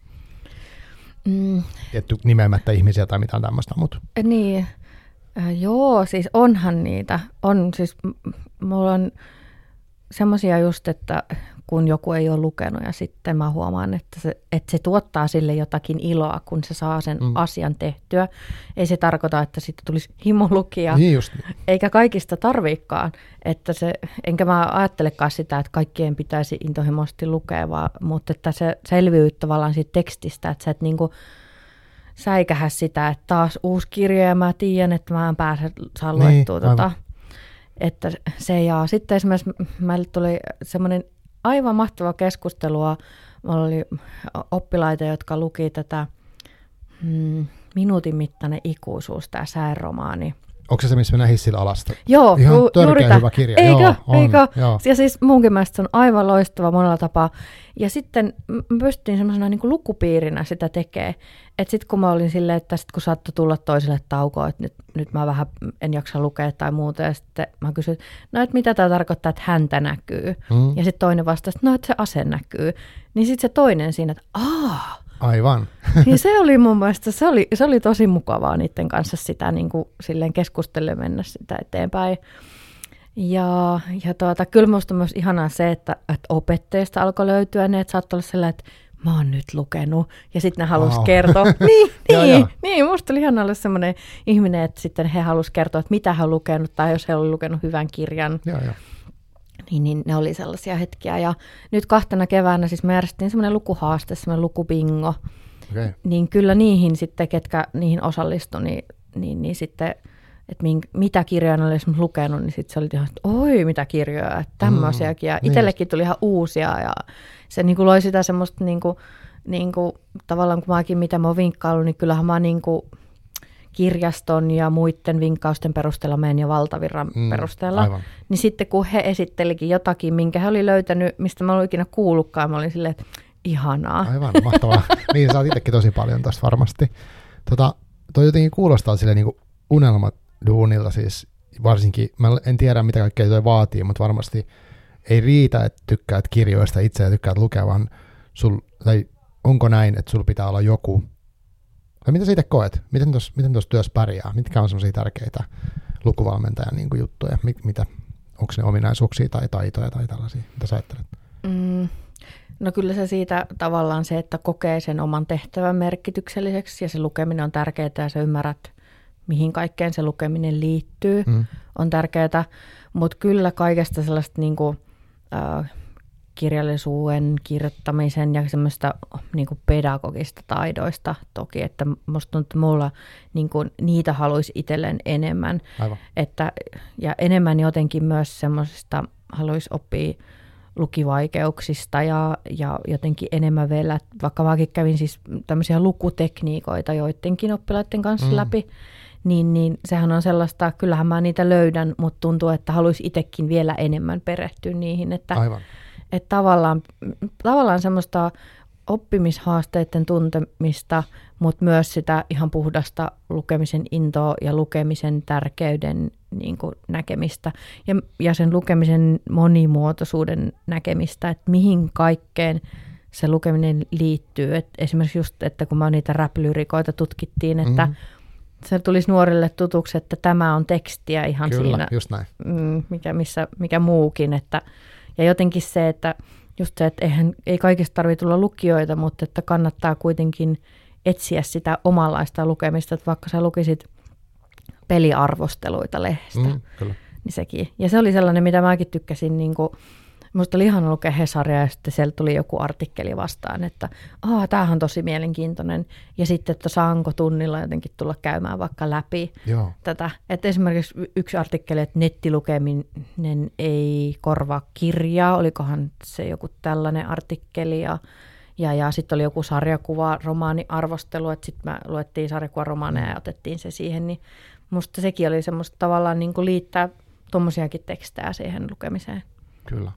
Tietty nimeämättä ihmisiä tai mitään tämmöistä, mutta. Niin, joo, siis onhan niitä. On siis, mulla on semmoisia just, että kun joku ei ole lukenut ja sitten mä huomaan, että se tuottaa sille jotakin iloa, kun se saa sen asian tehtyä. Ei se tarkoita, että sitten tulisi himolukija, eikä kaikista tarviikaan. Enkä mä ajattelekaan sitä, että kaikkien pitäisi intohimoisesti lukea, mutta että se selviää tavallaan siitä tekstistä, että sä et niinku säikähä sitä, että taas uusi kirja ja mä tiedän, että mä en saa luettua Että se ja sitten esimerkiksi meille tuli semmoinen aivan mahtava keskustelua. Mulla oli oppilaita, jotka luki tätä Minuutin mittainen ikuisuus, tämä sääromaani. Onko se missä mennään hissillä alasta? Joo, ihan törkeä hyvä kirja. Eikö? Joo. Ja siis munkin mielestä se on aivan loistava monella tapaa. Ja sitten mä pystyin semmoisena niin kuin lukupiirinä sitä tekemään. Että sitten kun mä olin silleen, että sit kun saattoi tulla toiselle taukoon, että nyt mä vähän en jaksa lukea tai muuta. Ja sitten mä kysyin, no että mitä tämä tarkoittaa, että häntä näkyy. Ja sitten toinen vastasi, no että se ase näkyy. Niin sitten se toinen siinä, että aivan. Niin se oli mun mielestä, se oli tosi mukavaa niiden kanssa sitä niin kuin silleen keskustellen mennä sitä eteenpäin. Ja kyllä minusta on myös ihanaa se, että opettajista alkoi löytyä ne, että saattoi olla sellainen, että mä oon nyt lukenut, ja sitten ne halusi kertoa. Niin, musta oli ihanaa olla semmoinen ihminen, että sitten he halusi kertoa, että mitä he on lukenut, tai jos he oli lukenut hyvän kirjan. Joo. Niin ne oli sellaisia hetkiä. Ja nyt 2 keväänä siis me järjestettiin semmoinen lukuhaaste, semmoinen lukubingo. Okay. Niin kyllä niihin sitten, ketkä niihin osallistui, niin sitten, että mitä kirjoja ne olisi lukenut, niin sitten se oli ihan, että oi mitä kirjoja, että tämmöisiäkin. Ja itsellekin tuli ihan uusia ja se niin kuin loi sitä semmoista niin kuin, tavallaan kun mäkin mitä mä oon vinkkaillut, niin kyllähän mä niin kuin kirjaston ja muiden vinkkausten perusteella menen ja valtavirran perusteella. Aivan. Niin sitten kun he esittelikin jotakin, minkä he oli löytänyt, mistä mä olin ikinä kuullutkaan, mä olin silleen, että ihanaa. Aivan, mahtavaa. Niin sä oot itsekin tosi paljon tästä varmasti. Toi jotenkin kuulostaa silleen niin kuin unelmaduunilta siis varsinkin. Mä en tiedä mitä kaikkea toi vaatii, mutta varmasti ei riitä, että tykkäät kirjoista itse ja tykkäät lukea, vaan tai onko näin, että sulla pitää olla joku. Ja mitä sä itse koet? Miten tuossa työssä pärjää? Mitkä on semmoisia tärkeitä lukuvalmentajan niin kuin juttuja? Onko ne ominaisuuksia tai taitoja tai tällaisia? Mitä sä ajattelet? No kyllä se siitä tavallaan se, että kokee sen oman tehtävän merkitykselliseksi ja se lukeminen on tärkeää ja sä ymmärrät, mihin kaikkeen se lukeminen liittyy, on tärkeää. Mutta kyllä kaikesta sellaista niin kuin, kirjallisuuden, kirjoittamisen ja semmoista niin kuin pedagogista taidoista toki, että musta tuntuu, että mulla niin kuin, niitä haluaisi itselleen enemmän. Ja enemmän jotenkin myös semmoisista haluaisi oppia lukivaikeuksista ja jotenkin enemmän vielä, vaikka mäkin kävin siis tämmöisiä lukutekniikoita joidenkin oppilaiden kanssa läpi, niin sehän on sellaista, kyllähän mä niitä löydän, mutta tuntuu, että haluaisi itsekin vielä enemmän perehtyä niihin, että aivan. Että tavallaan semmoista oppimishaasteiden tuntemista, mutta myös sitä ihan puhdasta lukemisen intoa ja lukemisen tärkeyden niin kuin näkemistä ja sen lukemisen monimuotoisuuden näkemistä, että mihin kaikkeen se lukeminen liittyy. Et esimerkiksi just, että kun me niitä rap-lyrikoita tutkittiin, että se tulisi nuorille tutuksi, että tämä on tekstiä ihan kyllä, siinä, just näin. Mikä muukin, että ja jotenkin se, että just se, että ei kaikista tarvitse tulla lukijoita, mutta että kannattaa kuitenkin etsiä sitä omanlaista lukemista, että vaikka sä lukisit peliarvosteluita lehdestä, niin sekin. Ja se oli sellainen, mitä mäkin tykkäsin, niin kuin, musta oli ihana lukea Hesaria ja sitten siellä tuli joku artikkeli vastaan, että tämähän on tosi mielenkiintoinen. Ja sitten, että saanko tunnilla jotenkin tulla käymään vaikka läpi tätä. Että esimerkiksi yksi artikkeli, että nettilukeminen ei korvaa kirjaa, olikohan se joku tällainen artikkeli ja sitten oli joku sarjakuva, romaaniarvostelu, että sitten me luettiin sarjakuvaromaaneja ja otettiin se siihen, niin musta sekin oli semmoista tavallaan niin kuin liittää tommosiakin tekstejä siihen lukemiseen. Kyllä.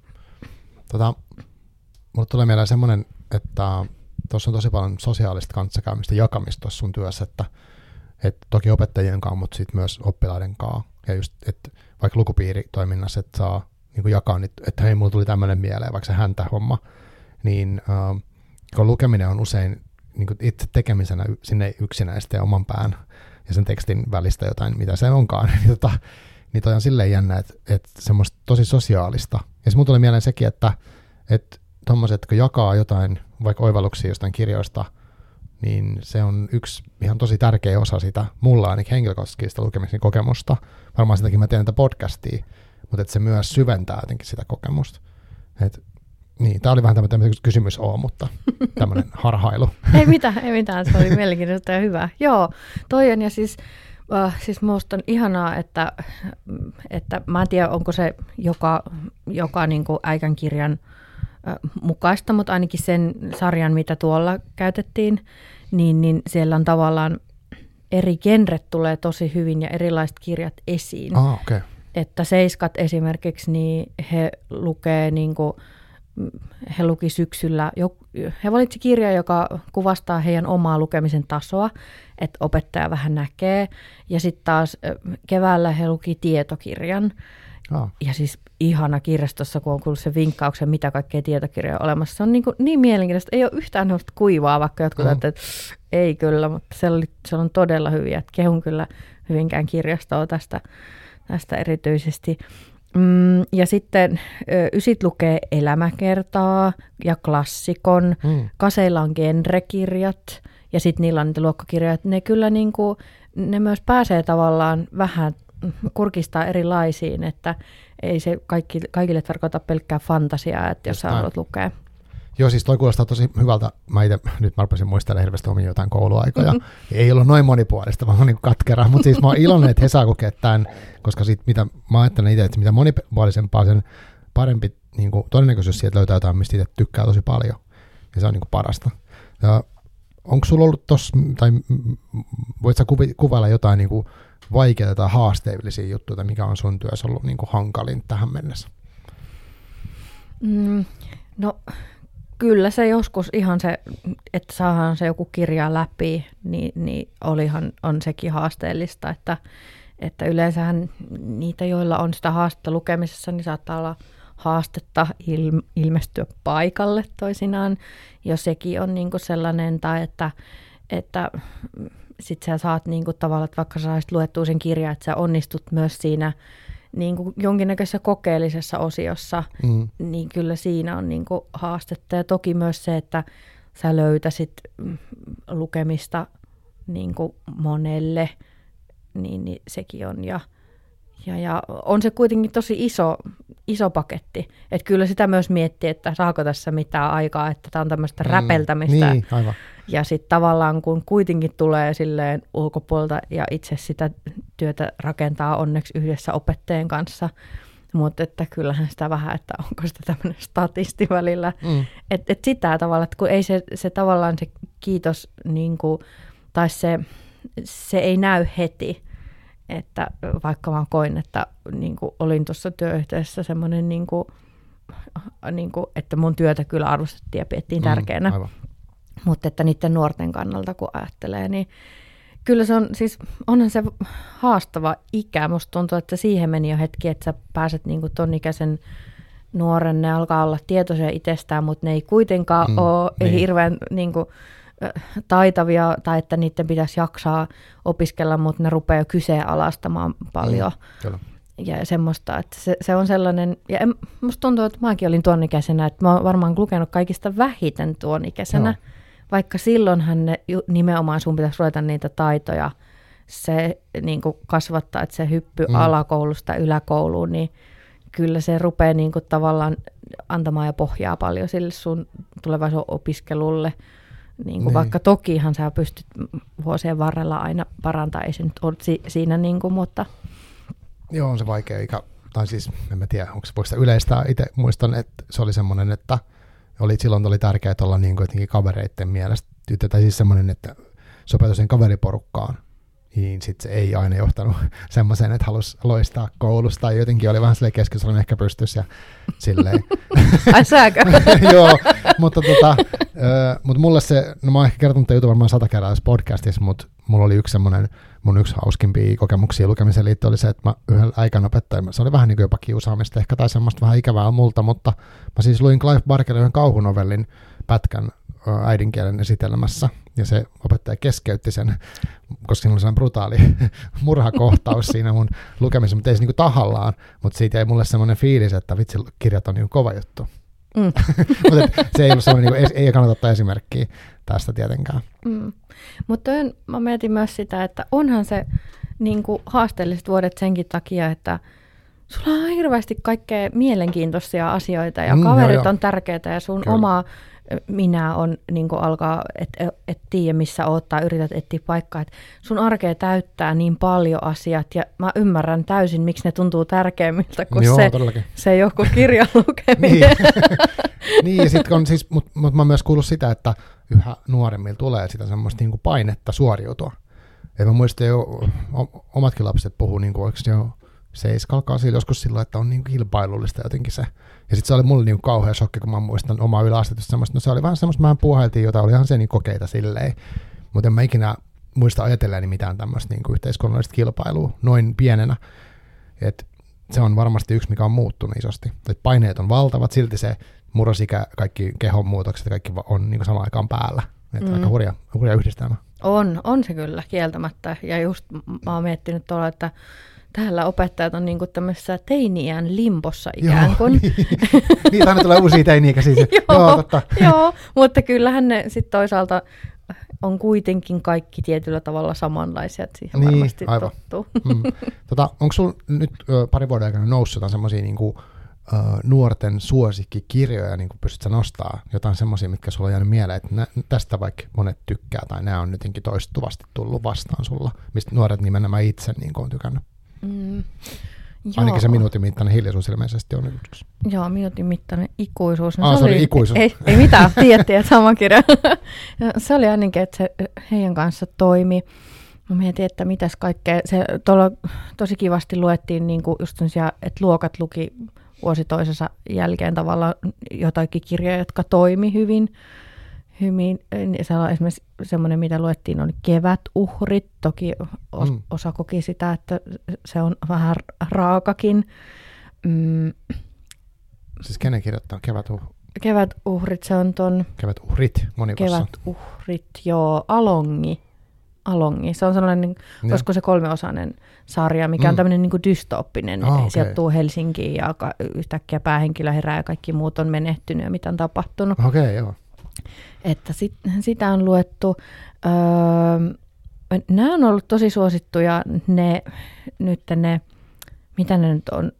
Mulle tulee mieleen semmoinen, että tuossa on tosi paljon sosiaalista kanssakäymistä, jakamista tuossa sun työssä, että toki opettajien kanssa, mutta sitten myös oppilaiden kanssa. Ja just, että vaikka lukupiiritoiminnassa, että saa niin kuin jakaa nyt, että hei, mulla tuli tämmöinen mieleen, vaikka se häntä homma, niin kun lukeminen on usein niin kuin itse tekemisenä sinne yksinäistä ja oman pään ja sen tekstin välistä jotain, mitä se onkaan, niin toi on silleen jännä, että semmoista tosi sosiaalista. Ja sitten mun tuli mieleen sekin, että että tommoset, kun jakaa jotain, vaikka oivalluksia jostain kirjoista, niin se on yksi ihan tosi tärkeä osa sitä, mulla ainakin henkilökohtaisesti sitä lukemisen kokemusta. Varmaan sitäkin mä teen tätä podcastia, mutta että se myös syventää jotenkin sitä kokemusta. Niin, tämä oli vähän tämmöinen kysymys mutta tämmöinen harhailu. Ei mitään, se oli mielenkiintoista ja hyvä. Joo, toi on ja siis musta on ihanaa, että mä en tiedä, onko se joka niin kuin äikän kirjan mukaista, mutta ainakin sen sarjan, mitä tuolla käytettiin, niin siellä on tavallaan eri genret tulee tosi hyvin ja erilaiset kirjat esiin. Okay. Että Seiskat esimerkiksi, niin he lukee niinku, he luki syksyllä, he valitsi kirja, joka kuvastaa heidän omaa lukemisen tasoa, että opettaja vähän näkee. Ja sitten taas keväällä he luki tietokirjan. Ja siis ihana kirjastossa, kun on kuullut sen vinkkauksen, mitä kaikkea tietokirjoja on olemassa. Se on niin mielenkiintoista. Ei ole yhtään sellaista kuivaa, vaikka jotkut että ei kyllä, mutta se on todella hyviä. Että kehun kyllä Hyvinkään kirjastoa tästä erityisesti. Ja sitten ysit lukee elämäkertaa ja klassikon. Kaseilla on genrekirjat ja sitten niillä on niitä luokkakirjoja. Ne kyllä niinku, ne myös pääsee tavallaan vähän kurkistaa erilaisiin, että ei se kaikille tarkoita pelkkää fantasiaa, että jos sä haluat lukea. Joo, siis toi kuulostaa tosi hyvältä. Nyt mä rupesin muistelemaan hirveästi omia jotain kouluaikoja. Ei ollut noin monipuolista, vaan niin katkeraa. Mutta siis mä oon iloinen, että he saa kokea tämän, koska sit, mitä mä ajattelen itse, että mitä monipuolisempaa, sen parempi niin kuin, todennäköisyys siitä löytää jotain, mistä itse tykkää tosi paljon. Ja se on niin kuin parasta. Ja onko sulla ollut tossa, tai voit sä kuvailla jotain niin kuin vaikeita tai haasteellisia juttuja, mikä on sun työssä ollut niin kuin hankalin tähän mennessä? No kyllä se joskus ihan se, että saadaan se joku kirja läpi, niin on sekin haasteellista, että yleensähän niitä, joilla on sitä haastetta lukemisessa, niin saattaa olla haastetta ilmestyä paikalle toisinaan, jos sekin on niinku sellainen, tai että sit sä saat niinku tavallaan, että vaikka sä saisit luettua sen kirjan, että sä onnistut myös siinä niinku jonkinnäköisessä kokeellisessa osiossa, niin kyllä siinä on niinku haastetta. Ja toki myös se, että sä löytäisit lukemista niinku monelle, niin sekin on. Ja on se kuitenkin tosi iso paketti. Että kyllä sitä myös miettii, että saako tässä mitään aikaa, että tämä on tämmöistä räpeltämistä. Niin, aivan. Ja sitten tavallaan kun kuitenkin tulee silleen ulkopuolelta ja itse sitä työtä rakentaa onneksi yhdessä opettajan kanssa. Mutta että kyllähän sitä vähän, että onko sitä tämmöinen statisti välillä. Että sitä tavallaan, että kun ei se tavallaan se kiitos, niin kuin, tai se ei näy heti. Että vaikka mä koin, että niin kuin olin tuossa työyhteisössä semmoinen, niin kuin, että mun työtä kyllä arvostettiin ja pidettiin tärkeänä. Mutta että niiden nuorten kannalta, kun ajattelee, niin kyllä se on, siis onhan se haastava ikä. Musta tuntuu, että siihen meni jo hetki, että sä pääset niin kuin ton ikäisen nuoren, ne alkaa olla tietoisia itsestään, mutta ne ei kuitenkaan ole hirveän niin kuin, taitavia tai että niiden pitäisi jaksaa opiskella, mutta ne rupeaa jo kyseenalaistamaan paljon. Ja semmoista, että se on sellainen, ja musta tuntuu, että mäkin olin tuon ikäisenä, että mä oon varmaan lukenut kaikista vähiten tuon ikäisenä, vaikka silloinhan ne nimenomaan sun pitäisi ruveta niitä taitoja se niin kuin kasvattaa, että se hyppy alakoulusta yläkouluun, niin kyllä se rupeaa niin kuin tavallaan antamaan ja pohjaa paljon sille sun tulevaisuuden opiskelulle. Niin kuin vaikka tokihan sä pystyt vuosien varrella aina parantamaan, ei se nyt ole siinä, niin kuin, mutta... Joo, on se vaikea, tai siis en tiedä, onko se voiko sitä yleistää. Itse muistan, että se oli semmoinen, että silloin oli tärkeää olla niin kuin jotenkin kavereiden mielestä, tai siis semmoinen, että sopeutui sen kaveriporukkaan, niin sitten se ei aina johtanut semmoiseen, että halusi loistaa koulusta, tai jotenkin oli vähän silleen kesken, ehkä pystyisi ja silleen. Ai sääkö? Joo, mutta mulle se, no mä oon ehkä kertonut tämän jutun varmaan 100 kertaa tässä podcastissa, mutta mulla oli mun yksi hauskimpia kokemuksia lukemisen liittyen oli se, että mä yhden aikana opettajan, se oli vähän niin kuin jopa kiusaamista ehkä tai semmoista vähän ikävää multa, mutta mä siis luin Clive Barkerin yhden kauhunovellin pätkän äidinkielen esitelmässä, ja se opettaja keskeytti sen, koska siinä oli sellainen brutaali murhakohtaus siinä mun lukemisessa, mutta ei se niin kuin tahallaan, mutta siitä jäi mulle semmoinen fiilis, että vitsi, kirjat on niin kuin kova juttu. Mutta se ei ole sellainen, niin ei kannata ottaa esimerkkiä tästä tietenkään. Mutta mä mietin myös sitä, että onhan se niin kuin haasteelliset vuodet senkin takia, että sulla on hirveästi kaikkea mielenkiintoisia asioita ja kaverit on tärkeitä ja sun oma minä on niin kuin alkaa, et tiedä missä oot tai yrität etsiä paikkaa. Et sun arkea täyttää niin paljon asiat ja mä ymmärrän täysin, miksi ne tuntuu tärkeimmiltä kuin se joku kirjan lukeminen. Niin, ja sitten on siis, mutta mä oon myös kuullut sitä, että yhä nuoremmilla tulee sitä semmoista niin kuin painetta suoriutua. Ja mä muistan jo, omatkin lapset puhuu, niin kuin, jo 7-8 joskus silloin, että on niin kuin kilpailullista jotenkin se. Ja sitten se oli mulle niin kuin kauhea shokki, kun mä muistan omaa yläastetusta semmoista. No se oli vähän semmoista, mä puuhailtiin jotain, olihan se niin kokeita silleen. Mutta en mä ikinä muista ajatelleeni mitään tämmöistä niin kuin yhteiskunnallista kilpailua noin pienenä. Et se on varmasti yksi, mikä on muuttunut isosti. Et paineet on valtavat, silti se murrosikä, kaikki kehon muutokset, kaikki on niin kuin samaan aikaan päällä. Että aika hurja yhdistelmä. On se kyllä, kieltämättä. Ja just mä oon miettinyt tuolla, että täällä opettajat on niinku tämmöisessä teini-iän limbossa ikään kuin. Niin, aina tulee uusia teini-ikäisiä. Joo, mutta kyllähän ne sitten toisaalta on kuitenkin kaikki tietyllä tavalla samanlaisia, että siihen varmasti tottuu. Onko sinulla nyt pari vuoden aikana noussut jotain semmoisia niinku, nuorten suosikkikirjoja, niin pystytkö nostaa jotain semmoisia, mitkä sulla on jäänyt mieleen, että tästä vaikka monet tykkää, tai nämä on jotenkin toistuvasti tullut vastaan sulla, mistä nuoret nimenomaan itse niin on tykännyt? Ainakin se minuutin mittainen hiljaisuus ilmeisesti on yksi. Joo, minuutin mittainen ikuisuus. No, se oli ikuisuus. Ei mitään, tiedettiin, että sama kirja. Se oli ainakin, että se heidän kanssa toimi. Mä mietin, että mitäs kaikkea. Se tosi kivasti luettiin niin kuin just sellaisia, että luokat luki vuosi toisensa jälkeen tavallaan jotakin kirjoja, jotka toimi hyvin. Esimerkiksi semmoinen, mitä luettiin, oli Kevätuhrit. Toki osa koki sitä, että se on vähän raakakin. Siis kenen kirjoittaa Kevätuhrit, se on ton... Kevätuhrit, monikossa. Kevätuhrit, joo, Alongi. Se on sellainen, olisiko se 3-osainen sarja, mikä on tämmöinen niin kuin dystooppinen. Sijoittuu Helsinkiin ja yhtäkkiä päähenkilö herää ja kaikki muut on menehtynyt ja mitä on tapahtunut. Okei, joo. Että sitä on luettu. Nämä on ollut tosi suosittuja, mitä ne nyt on?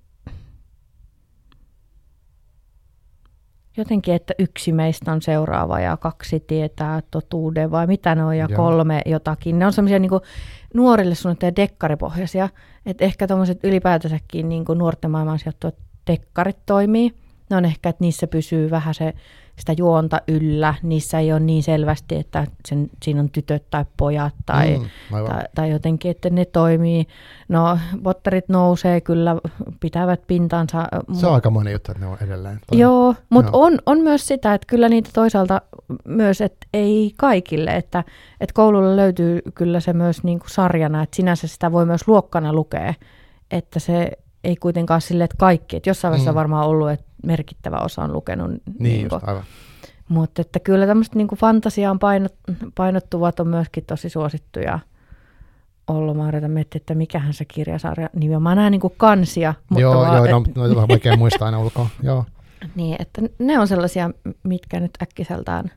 Jotenkin, että yksi meistä on seuraava ja 2 tietää totuuden vai mitä ne on ja 3 jotakin. Ne on semmoisia niin kuin nuorille suunnitteja dekkaripohjaisia, että ehkä tommoset ylipäätänsäkin niin kuin nuorten maailmaan sijoittuvat dekkarit toimii. Ne on ehkä, että niissä pysyy vähän sitä juonta yllä. Niissä ei ole niin selvästi, että siinä on tytöt tai pojat tai jotenkin, että ne toimii. No, bottarit nousee kyllä, pitävät pintansa. Se on aika moni juttu, että ne on edelleen. Joo, mutta on myös sitä, että kyllä niitä toisaalta myös, että ei kaikille, että koululla löytyy kyllä se myös niin kuin sarjana, että sinänsä sitä voi myös luokkana lukea, että se ei kuitenkaan silleen, että kaikki, että jossain vaiheessa on varmaan ollut, että merkittävä osa on lukenut. Niin just, aivan. Mutta että kyllä tämmöiset niin kuin fantasiaan painottuvat on myöskin tosi suosittuja ollut. Mä yritän miettiä, että mikähän se kirjasarja nimi on. Mä näen niin kuin kansia. Mutta noita on vaikea muistaa aina ulkoa. Joo. Niin, että ne on sellaisia, mitkä nyt äkkiseltään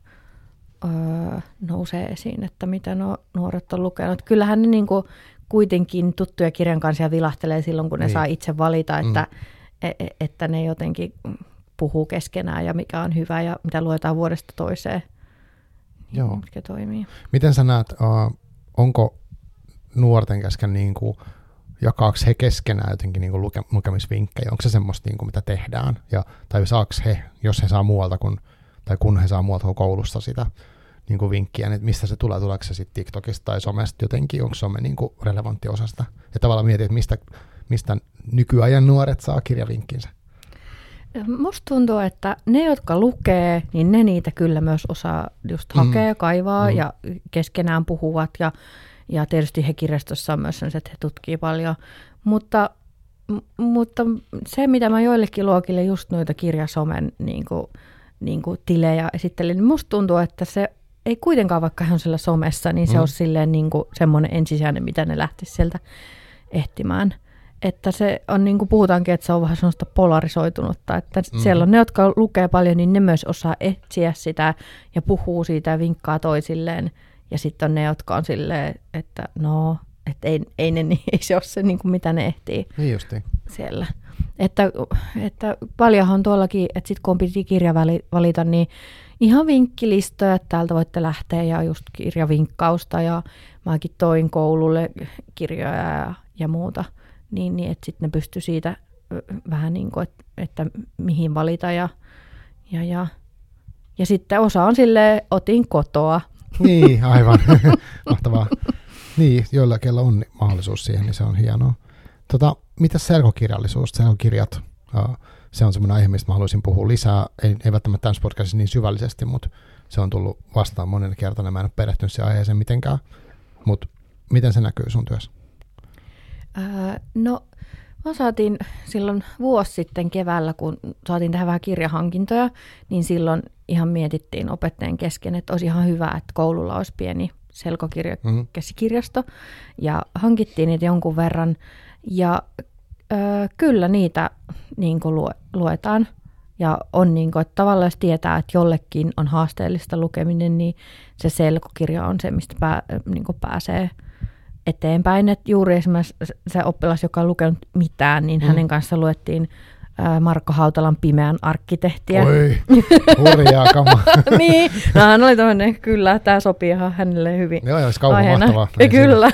nousee esiin, että mitä nuoret on lukenut. Kyllähän ne niin kuin kuitenkin tuttuja kirjan kanssa vilahtelee silloin, kun ne saa itse valita, että ne jotenkin puhuu keskenään ja mikä on hyvä ja mitä luetaan vuodesta toiseen. Joo. Mitkä toimii. Miten sä näet, onko nuorten kesken niin kuin, jakaako he keskenään jotenkin niin kuin lukemisvinkkejä? Onko se semmoista, niin kuin, mitä tehdään? Tai saako he, jos he saa muualta tai kun he saa muualta koulusta sitä niin kuin vinkkiä, niin mistä se tulee? Tuleeko se sitten TikTokista tai somesta jotenkin? Onko some niin kuin relevantti osasta? Ja tavallaan mietit, että mistä nykyajan nuoret saa kirjavinkkinsä? Musta tuntuu, että ne, jotka lukee, niin ne niitä kyllä myös osaa just hakea, kaivaa ja keskenään puhuvat. Ja tietysti he kirjastossa on myös sellaiset, että he tutkii paljon. Mutta se, mitä mä joillekin luokille just noita kirjasomen niin kuin tilejä esittelin, niin musta tuntuu, että se ei kuitenkaan, vaikka he on siellä somessa, niin se on silleen niin kuin semmoinen ensisijainen, mitä ne lähtisi sieltä ehtimään. että se on niin kuin puhutaankin, että se on vähän sellaista polarisoitunutta, että siellä on ne, jotka lukee paljon, niin ne myös osaa etsiä sitä ja puhuu siitä ja vinkkaa toisilleen. Ja sitten on ne, jotka on silleen, että no, että ei se ole se, niin kuin mitä ne ehtii siellä. Että paljonhan tuollakin, että sitten kun piti kirja valita, niin ihan vinkkilistoja, että täältä voitte lähteä ja just kirjavinkkausta ja mäkin toin koululle kirjoja ja muuta, niin että sitten ne pystyi siitä vähän niin kuin, että mihin valita ja sitten osa on silleen, otin kotoa. Niin, aivan. Mahtavaa. Niin, joilla kellä on mahdollisuus siihen, niin se on hienoa. Mitäs selkokirjallisuus, selkokirjat? Se on semmoinen aihe, mistä mä haluaisin puhua lisää. Ei välttämättä tässä podcastissa niin syvällisesti, mutta se on tullut vastaan monen kertaan. Mä en ole perehtynyt siihen aiheeseen mitenkään. Mutta miten se näkyy sun työssä? No, mä saatiin silloin vuosi sitten keväällä, kun saatiin tehdä vähän kirjahankintoja, niin silloin ihan mietittiin opettajien kesken, että olisi ihan hyvä, että koululla olisi pieni selkokirjakäsikirjasto. Ja hankittiin niitä jonkun verran. Ja kyllä niitä niin kuin luetaan. Ja on niin kuin, että tavallaan jos tietää, että jollekin on haasteellista lukeminen, niin se selkokirja on se, mistä niin kuin pääsee eteenpäin. Et juuri esimerkiksi se oppilas, joka on lukenut mitään, niin hänen kanssa luettiin Markko Hautalan Pimeän arkkitehtiä. Oi, hurjaa kama. Niin, no hän oli tämmöinen, kyllä, tämä sopii ihan hänelle hyvin. Joo, olisi kauan mahtavaa. Kyllä.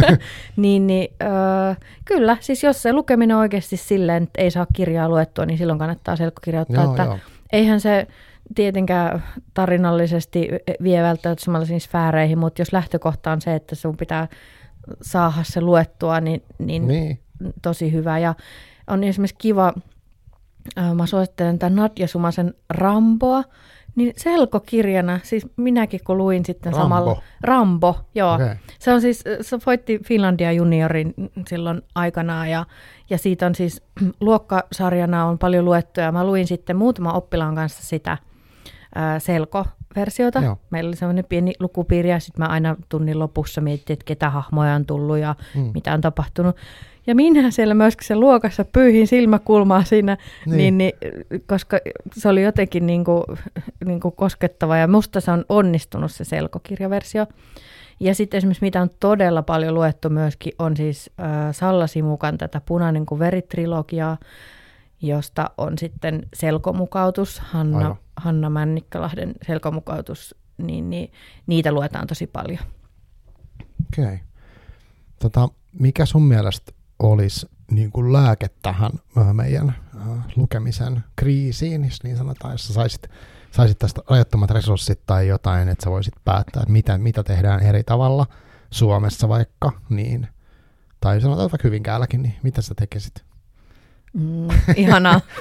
Kyllä, siis jos se lukeminen on oikeasti silleen, että ei saa kirjaa luettua, niin silloin kannattaa selkokirjoittaa. Eihän se tietenkään tarinallisesti vie välttämättä samanlaisiin sfääreihin, mutta jos lähtökohta on se, että sun pitää saada se luettua, niin. Tosi hyvä. Ja on esimerkiksi kiva, mä suosittelen tämän Nadja Sumasen Ramboa, niin selkokirjana, siis minäkin kun luin sitten samalla. Rambo, joo. Okay. Se on siis, se voitti Finlandia juniorin silloin aikanaan ja siitä on siis luokkasarjana on paljon luettuja. Mä luin sitten muutaman oppilaan kanssa sitä selkoversiota. Joo. Meillä oli semmoinen pieni lukupiiri ja sitten mä aina tunnin lopussa mietin, että ketä hahmoja on tullut ja mitä on tapahtunut. Ja minä siellä myöskin sen luokassa pyyhin silmäkulmaa siinä, niin, koska se oli jotenkin niin kuin koskettava ja musta se on onnistunut se selkokirjaversio. Ja sitten esimerkiksi mitä on todella paljon luettu myöskin on siis Salla Simukan tätä Punainen kuin veri-trilogiaa, josta on sitten selkomukautus, Hanna Männikkälahden selkomukautus, niin niitä luetaan tosi paljon. Okei. Mikä sun mielestä olisi niin kuin lääke tähän meidän lukemisen kriisiin, jos niin sanotaan, jos saisit tästä rajattomat resurssit tai jotain, että sä voisit päättää, että mitä tehdään eri tavalla Suomessa vaikka, niin, tai sanotaan vaikka Hyvinkäälläkin, niin mitä sä tekisit? Ihanaa.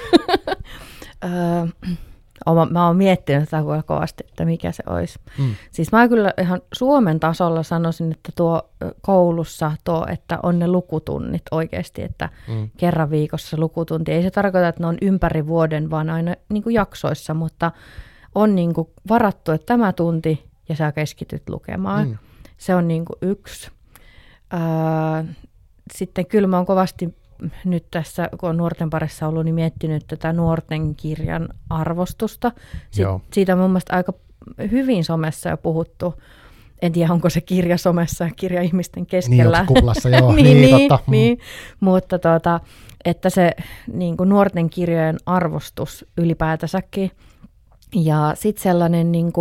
Mä oon miettinyt tätä kovasti, että mikä se olisi. Siis mä kyllä ihan Suomen tasolla sanoisin, että tuo koulussa että on ne lukutunnit oikeasti, että kerran viikossa lukutunti. Ei se tarkoita, että ne on ympäri vuoden, vaan aina niin kuin jaksoissa, mutta on niin kuin varattu, että tämä tunti ja sä keskityt lukemaan. Se on niin kuin yksi. Sitten kyllä mä oon kovasti nyt tässä, kun on nuorten parissa ollut, niin miettinyt tätä nuorten kirjan arvostusta. Siitä on mun mielestä aika hyvin somessa jo puhuttu. En tiedä, onko se kirja somessa ja kirja ihmisten keskellä. Niin, kuplassa, joo. niin. Mutta että se niin kuin nuorten kirjojen arvostus ylipäätänsäkin. Ja sitten sellainen, niin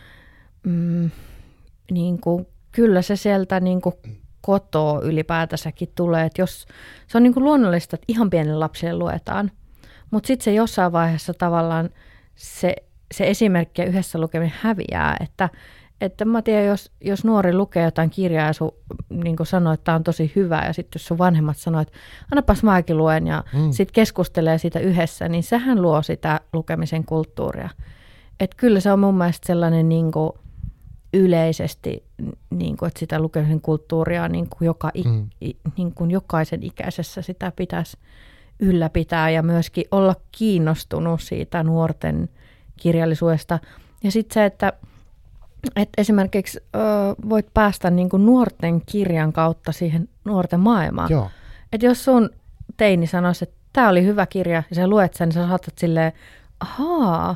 kuin, kyllä se sieltä niin kuin kotoa ylipäätänsäkin tulee, että jos se on niin kuin luonnollista, että ihan pienille lapsille luetaan, mutta sitten se jossain vaiheessa tavallaan se esimerkki yhdessä lukeminen häviää, että mä tiedän, jos nuori lukee jotain kirjaa ja sun niin kuin sanoo, että tämä on tosi hyvä ja sitten jos sun vanhemmat sanoo, että annapas mäkin luen ja sitten keskustelee siitä yhdessä, niin sehän luo sitä lukemisen kulttuuria. Että kyllä se on mun mielestä sellainen niin kuin yleisesti, niin kuin, että sitä lukemisen kulttuuria niin kuin niin kuin jokaisen ikäisessä sitä pitäisi ylläpitää ja myöskin olla kiinnostunut siitä nuorten kirjallisuudesta. Ja sitten se, että esimerkiksi voit päästä niin kuin nuorten kirjan kautta siihen nuorten maailmaan. Että jos sun teini sanoisi, että tämä oli hyvä kirja, ja sä luet sen, niin sä saatat silleen, ahaa.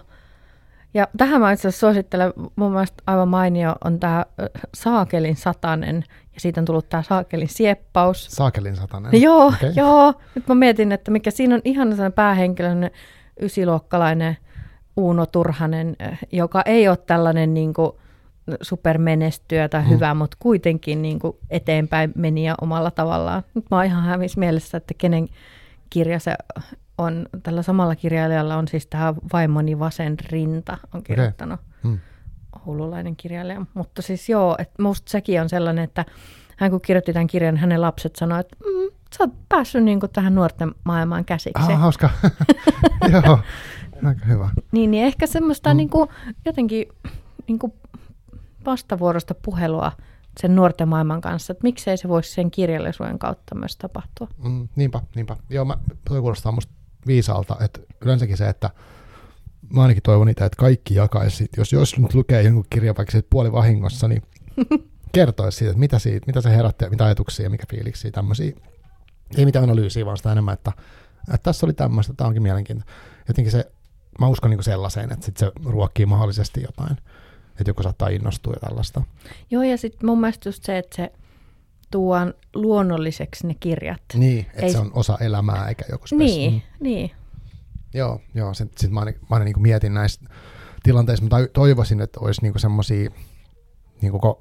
Ja tähän mä itse asiassa suosittelen, mun mielestä aivan mainio on tämä Saakelin satanen, ja siitä on tullut tämä Saakelin sieppaus. Saakelin satanen? Joo, okay. Joo. Nyt mä mietin, että mikä siinä on ihan sellainen päähenkilöinen ysiluokkalainen Uuno Turhanen, joka ei ole tällainen niin kuin supermenestyjä tai hyvä, mutta kuitenkin niin kuin eteenpäin meniä omalla tavallaan. Nyt mä oon ihan hävis mielessä, että kenen kirja se on. Tällä samalla kirjailijalla on siis tämä Vaimoni vasen rinta on kirjoittanut. Oululainen kirjailija. Mutta siis joo, että musta sekin on sellainen, että hän kun kirjoitti tämän kirjan, hänen lapset sanoi, että sä oot päässyt niin kuin tähän nuorten maailmaan käsiksi. Hauska. Joo, aika hyvä. Niin ehkä semmoista niin kuin, jotenkin niin kuin vastavuorosta puhelua sen nuorten maailman kanssa, että miksei se voisi sen kirjallisuuden kautta myös tapahtua. Niinpä. Joo, toi kuulostaa musta viisaalta, että yleensäkin se, että mä ainakin toivon niitä, että kaikki jakaisi, jos nyt lukee jonkun kirjan vaikka siitä puolivahingossa, niin kertoisi siitä, että mitä se herättää, mitä ajatuksia, mikä fiiliksiä, tämmöisiä. Ei mitään analyysiä, vaan sitä enemmän, että tässä oli tämmöistä, tämä onkin mielenkiintoista. Jotenkin se, mä uskon niin kuin sellaiseen, että sit se ruokkii mahdollisesti jotain, että joku saattaa innostua ja tällaista. Joo, ja sitten mun mielestä just se, että se tuon luonnolliseksi ne kirjat. Niin, että se on osa elämää eikä joku spessi. Niin. Joo, sitten mä aina niin kuin mietin näissä tilanteissa, mä toivoisin, että olisi niin kuin semmosia, niin kuin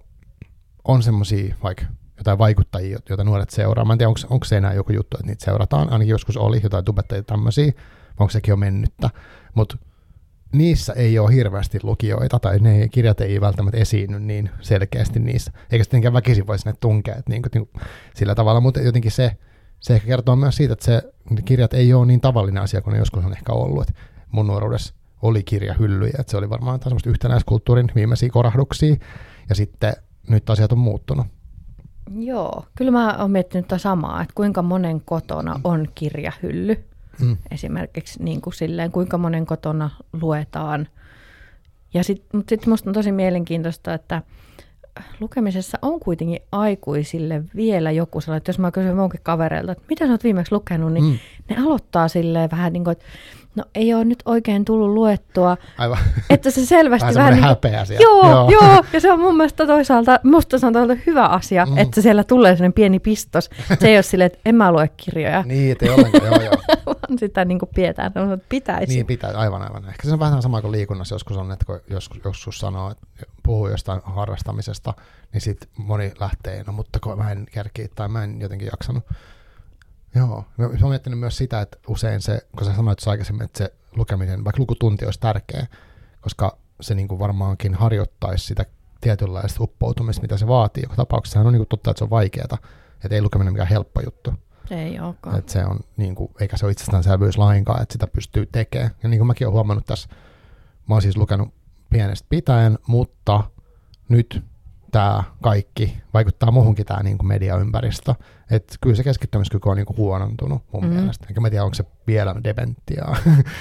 on semmosia vaikka jotain vaikuttajia, joita nuoret seuraa. Mä en tiedä, onko se enää joku juttu, että niitä seurataan. Ainakin joskus oli jotain tubettajia tämmöisiä, onko sekin jo mennyttä. Mutta niissä ei ole hirveästi lukijoita, tai ne kirjat ei välttämättä esiinny niin selkeästi niissä. Eikä sittenkään väkisin voi sinne tunkea, että niin kuin sillä tavalla. Mutta jotenkin se ehkä kertoo myös siitä, että ne kirjat ei ole niin tavallinen asia, kuin ne joskus on ehkä ollut. Et mun nuoruudessa oli kirjahyllyjä, että se oli varmaan semmoista yhtenäiskulttuurin viimeisiä korahduksia, ja sitten nyt asiat on muuttunut. Joo, kyllä mä oon miettinyt tätä samaa, että kuinka monen kotona on kirjahylly. Esimerkiksi niin kuin silleen, kuinka monen kotona luetaan. Mutta sitten musta on tosi mielenkiintoista, että lukemisessa on kuitenkin aikuisille vielä joku sellainen, että jos mä kysyn munkin kavereilta, että mitä sä oot viimeksi lukenut, niin ne aloittaa silleen vähän niin kuin, että no ei ole nyt oikein tullut luettua. Aivan. Että se selvästi vähän niin häpeä siellä. Joo, ja se on mun mielestä toisaalta, musta se on hyvä asia, että siellä tulee sellainen pieni pistos. Se ei ole silleen, että en mä lue kirjoja. Niin, ettei ollenkaan, joo. Vaan sitä niin kuin pidetään, että pitäisi. Niin, pitäisi, aivan. Ehkä se on vähän sama kuin liikunnassa joskus on, että kun joskus sanoo, että puhuu jostain harrastamisesta, niin sitten moni lähtee, no mutta kun mä en kerkiä tai mä en jotenkin jaksanut. Joo, mä oon miettinyt myös sitä, että usein se, kun sä sanoit aikaisemmin, että se lukeminen, vaikka lukutunti olisi tärkeä, koska se niin kuin varmaankin harjoittaisi sitä tietynlaista uppoutumista, mitä se vaatii. Joka tapauksessa on niin kuin totta, että se on vaikeaa, että ei lukeminen mikään helppo juttu. Ei olekaan. Että se on, niin kuin, eikä se ole itsestäänselvyys lainkaan, että sitä pystyy tekemään. Ja niin kuin mäkin olen huomannut tässä, mä oon siis lukenut pienestä pitäen, mutta nyt tämä kaikki vaikuttaa muuhunkin tämä niin kuin mediaympäristö. Että kyllä se keskittymiskyky on niin kuin huonontunut mun mielestä. Enkä mä tiedä, onko se vielä dementiaa.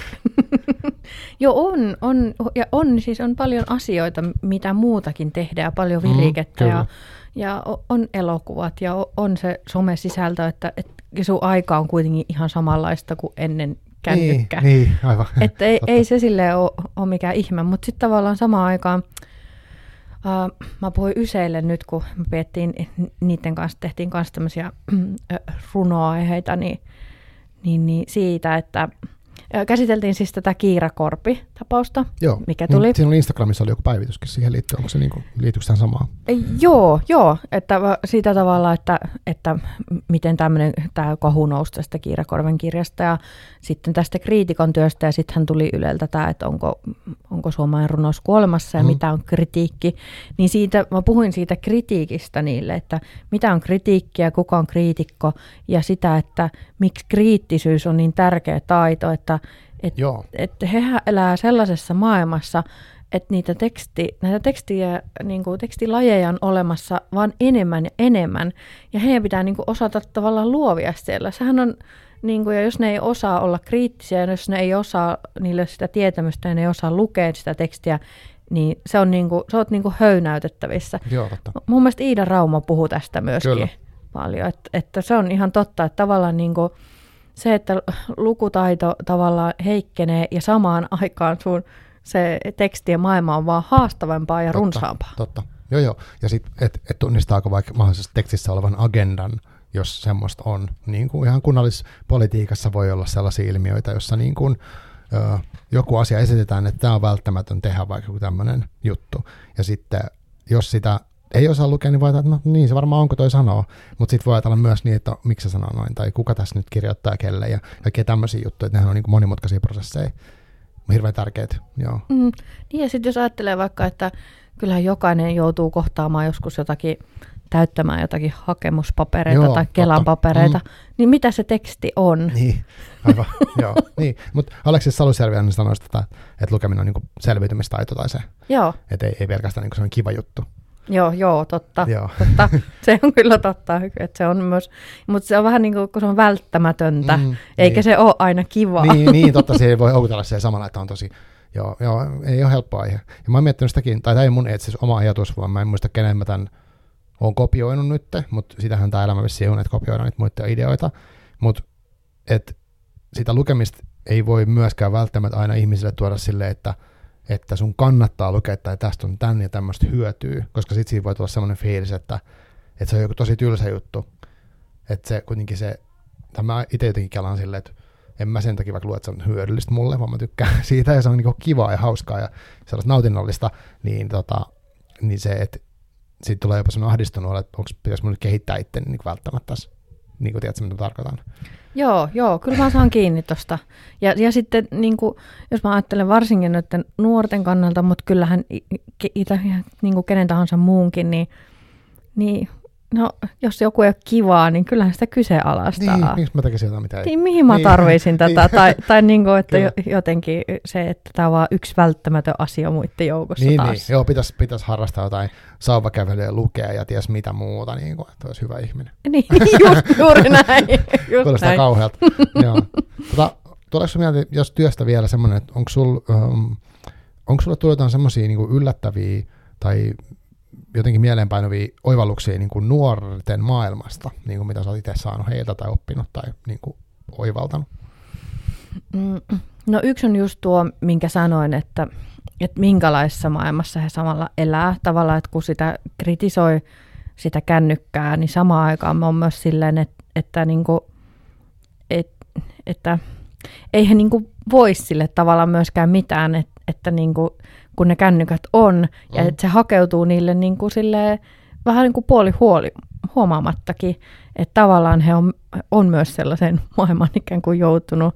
Joo, siis on paljon asioita, mitä muutakin tehdään, paljon virikettä ja on elokuvat ja on se somesisältö, että sun aika on kuitenkin ihan samanlaista kuin ennen kännykkää. Niin, aivan. Että ei se silleen ole mikään ihme, mutta sitten tavallaan samaan aikaan mä puhuin Yseille nyt, kun me niiden kanssa, tehtiin kanssa tämmöisiä runoaiheita, niin siitä, että käsiteltiin siis tätä Kiira Korpi-tapausta, mikä tuli. Siinä oli Instagramissa oli joku päivityskin siihen liittyen, onko se liittyykö tähän samaan? Joo, että siitä tavalla, että miten tämä kohu nousi tästä Kiira Korven kirjasta ja sitten tästä kriitikon työstä ja sitten hän tuli Yleltä tämä, että onko suomalainen runous kuolemassa ja mitä on kritiikki, niin mä puhuin siitä kritiikistä niille, että mitä on kritiikkiä, kuka on kriitikko ja sitä, että miksi kriittisyys on niin tärkeä taito, että he elää sellaisessa maailmassa, että näitä tekstilajeja on olemassa vaan enemmän ja enemmän, ja heidän pitää niin kuin osata tavallaan luovia siellä. Sehän on, niin kuin, ja jos ne ei osaa olla kriittisiä, ja jos ne ei osaa niille sitä tietämystä, ja ne ei osaa lukea sitä tekstiä, niin se on niin kuin, sä oot niin kuin höynäytettävissä. Joo, totta. Mun mielestä Iida Rauma puhui tästä myöskin paljon, että se on ihan totta, että tavallaan niin kuin, se, että lukutaito tavallaan heikkenee ja samaan aikaan sun se tekstien maailma on vaan haastavampaa ja runsaampaa. Totta. Joo. Ja sitten, et tunnistaako vaikka mahdollisesti tekstissä olevan agendan, jos semmoista on. Niin kuin ihan kunnallispolitiikassa voi olla sellaisia ilmiöitä, jossa niin kuin, joku asia esitetään, että tämä on välttämätön tehdä vaikka joku tämmöinen juttu. Ja sitten, jos sitä ei osaa lukea, niin voi ajatella, että no niin, se varmaan onko toi sanoo. Mutta sitten voi ajatella myös niin, että miksi se sanoo noin, tai kuka tässä nyt kirjoittaa kelle, ja kaikkia tämmöisiä juttuja, että nehän on niin kuin monimutkaisia prosesseja. Hirveän tärkeitä, joo. Niin ja sitten jos ajattelee vaikka, että kyllähän jokainen joutuu kohtaamaan joskus täyttämään jotakin hakemuspapereita tai Kelan papereita, niin mitä se teksti on? Niin, aivan, joo. Niin. Mutta Aleksis Salusjärvi sanoi, että lukeminen on niinku selviytymistaito tai se, että ei pelkästään niinku sellainen kiva juttu. Joo, totta. Se on kyllä totta, että se on myös, mutta se on vähän niin kuin, kun se on välttämätöntä, eikä se ole aina kiva. Niin, totta, se ei voi houkutella se samalla, että on tosi, joo, ei ole helppo aihe. Ja mä oon miettinyt sitäkin, tai tämä ei mun siis oma ajatus, vaan mä en muista, kenen mä tämän oon kopioinut nyt, mutta sitähän tämä elämä vissiin on, että kopioidaan niitä muita ideoita, mutta sitä lukemista ei voi myöskään välttämättä aina ihmisille tuoda silleen, että sun kannattaa lukea tai tästä on tän ja tämmöistä hyötyä, koska sitten siinä voi tulla semmoinen fiilis, että se on joku tosi tylsä juttu. Että se kuitenkin tai mä itse jotenkin kelaan silleen, että en mä sen takia vaikka lue, että se on hyödyllistä mulle, vaan mä tykkään siitä ja se on niinku kivaa ja hauskaa ja sellaista nautinnollista, niin se, että siitä tulee jopa semmoinen ahdistunut, että pitäisi mun nyt kehittää itteni niin välttämättä, niin kuin tiedätkö, mitä tarkoitan. Joo, kyllä mä saan kiinni tosta. Ja sitten, niin kuin, jos mä ajattelen varsinkin noiden nuorten kannalta, mutta kyllähän niin kuin kenen tahansa muunkin, niin no, jos joku ei ole kivaa, niin kyllähän sitä kyseenalaistaa. Niin, miksi mä tekisin jotain, mitä ei. Niin, mihin mä tarvisin tätä, tai niin kuin, että jotenkin se, että tämä on vaan yksi välttämätön asia muiden joukossa taas. Niin, joo, pitäisi harrastaa jotain sauvakävelyä, lukea ja ties mitä muuta, niin kuin, että olisi hyvä ihminen. Niin, juuri näin. Kuulostaa kauhealta. Joo. Tuleeko sinulle mieltä, jos työstä vielä semmoinen, että onko sulla tullut jotain semmoisia niin kuin yllättäviä tai jotenkin mieleenpainuvia oivalluksia niin kuin nuorten maailmasta, niin kuin mitä sä oot itse saanut heiltä tai oppinut tai niin kuin oivaltanut? No yksi on just tuo, minkä sanoin, että minkälaisessa maailmassa he samalla elää. Tavallaan, että kun sitä kritisoi sitä kännykkää, niin samaan aikaan mä oon myös silleen, että ei he niin kuin voi sille tavallaan myöskään mitään, että niin kuin kun ne kännykät on, ja että se hakeutuu niille niin kuin silleen, vähän niin kuin huomaamattakin, että tavallaan he on myös sellaisen maailman ikään kuin joutunut.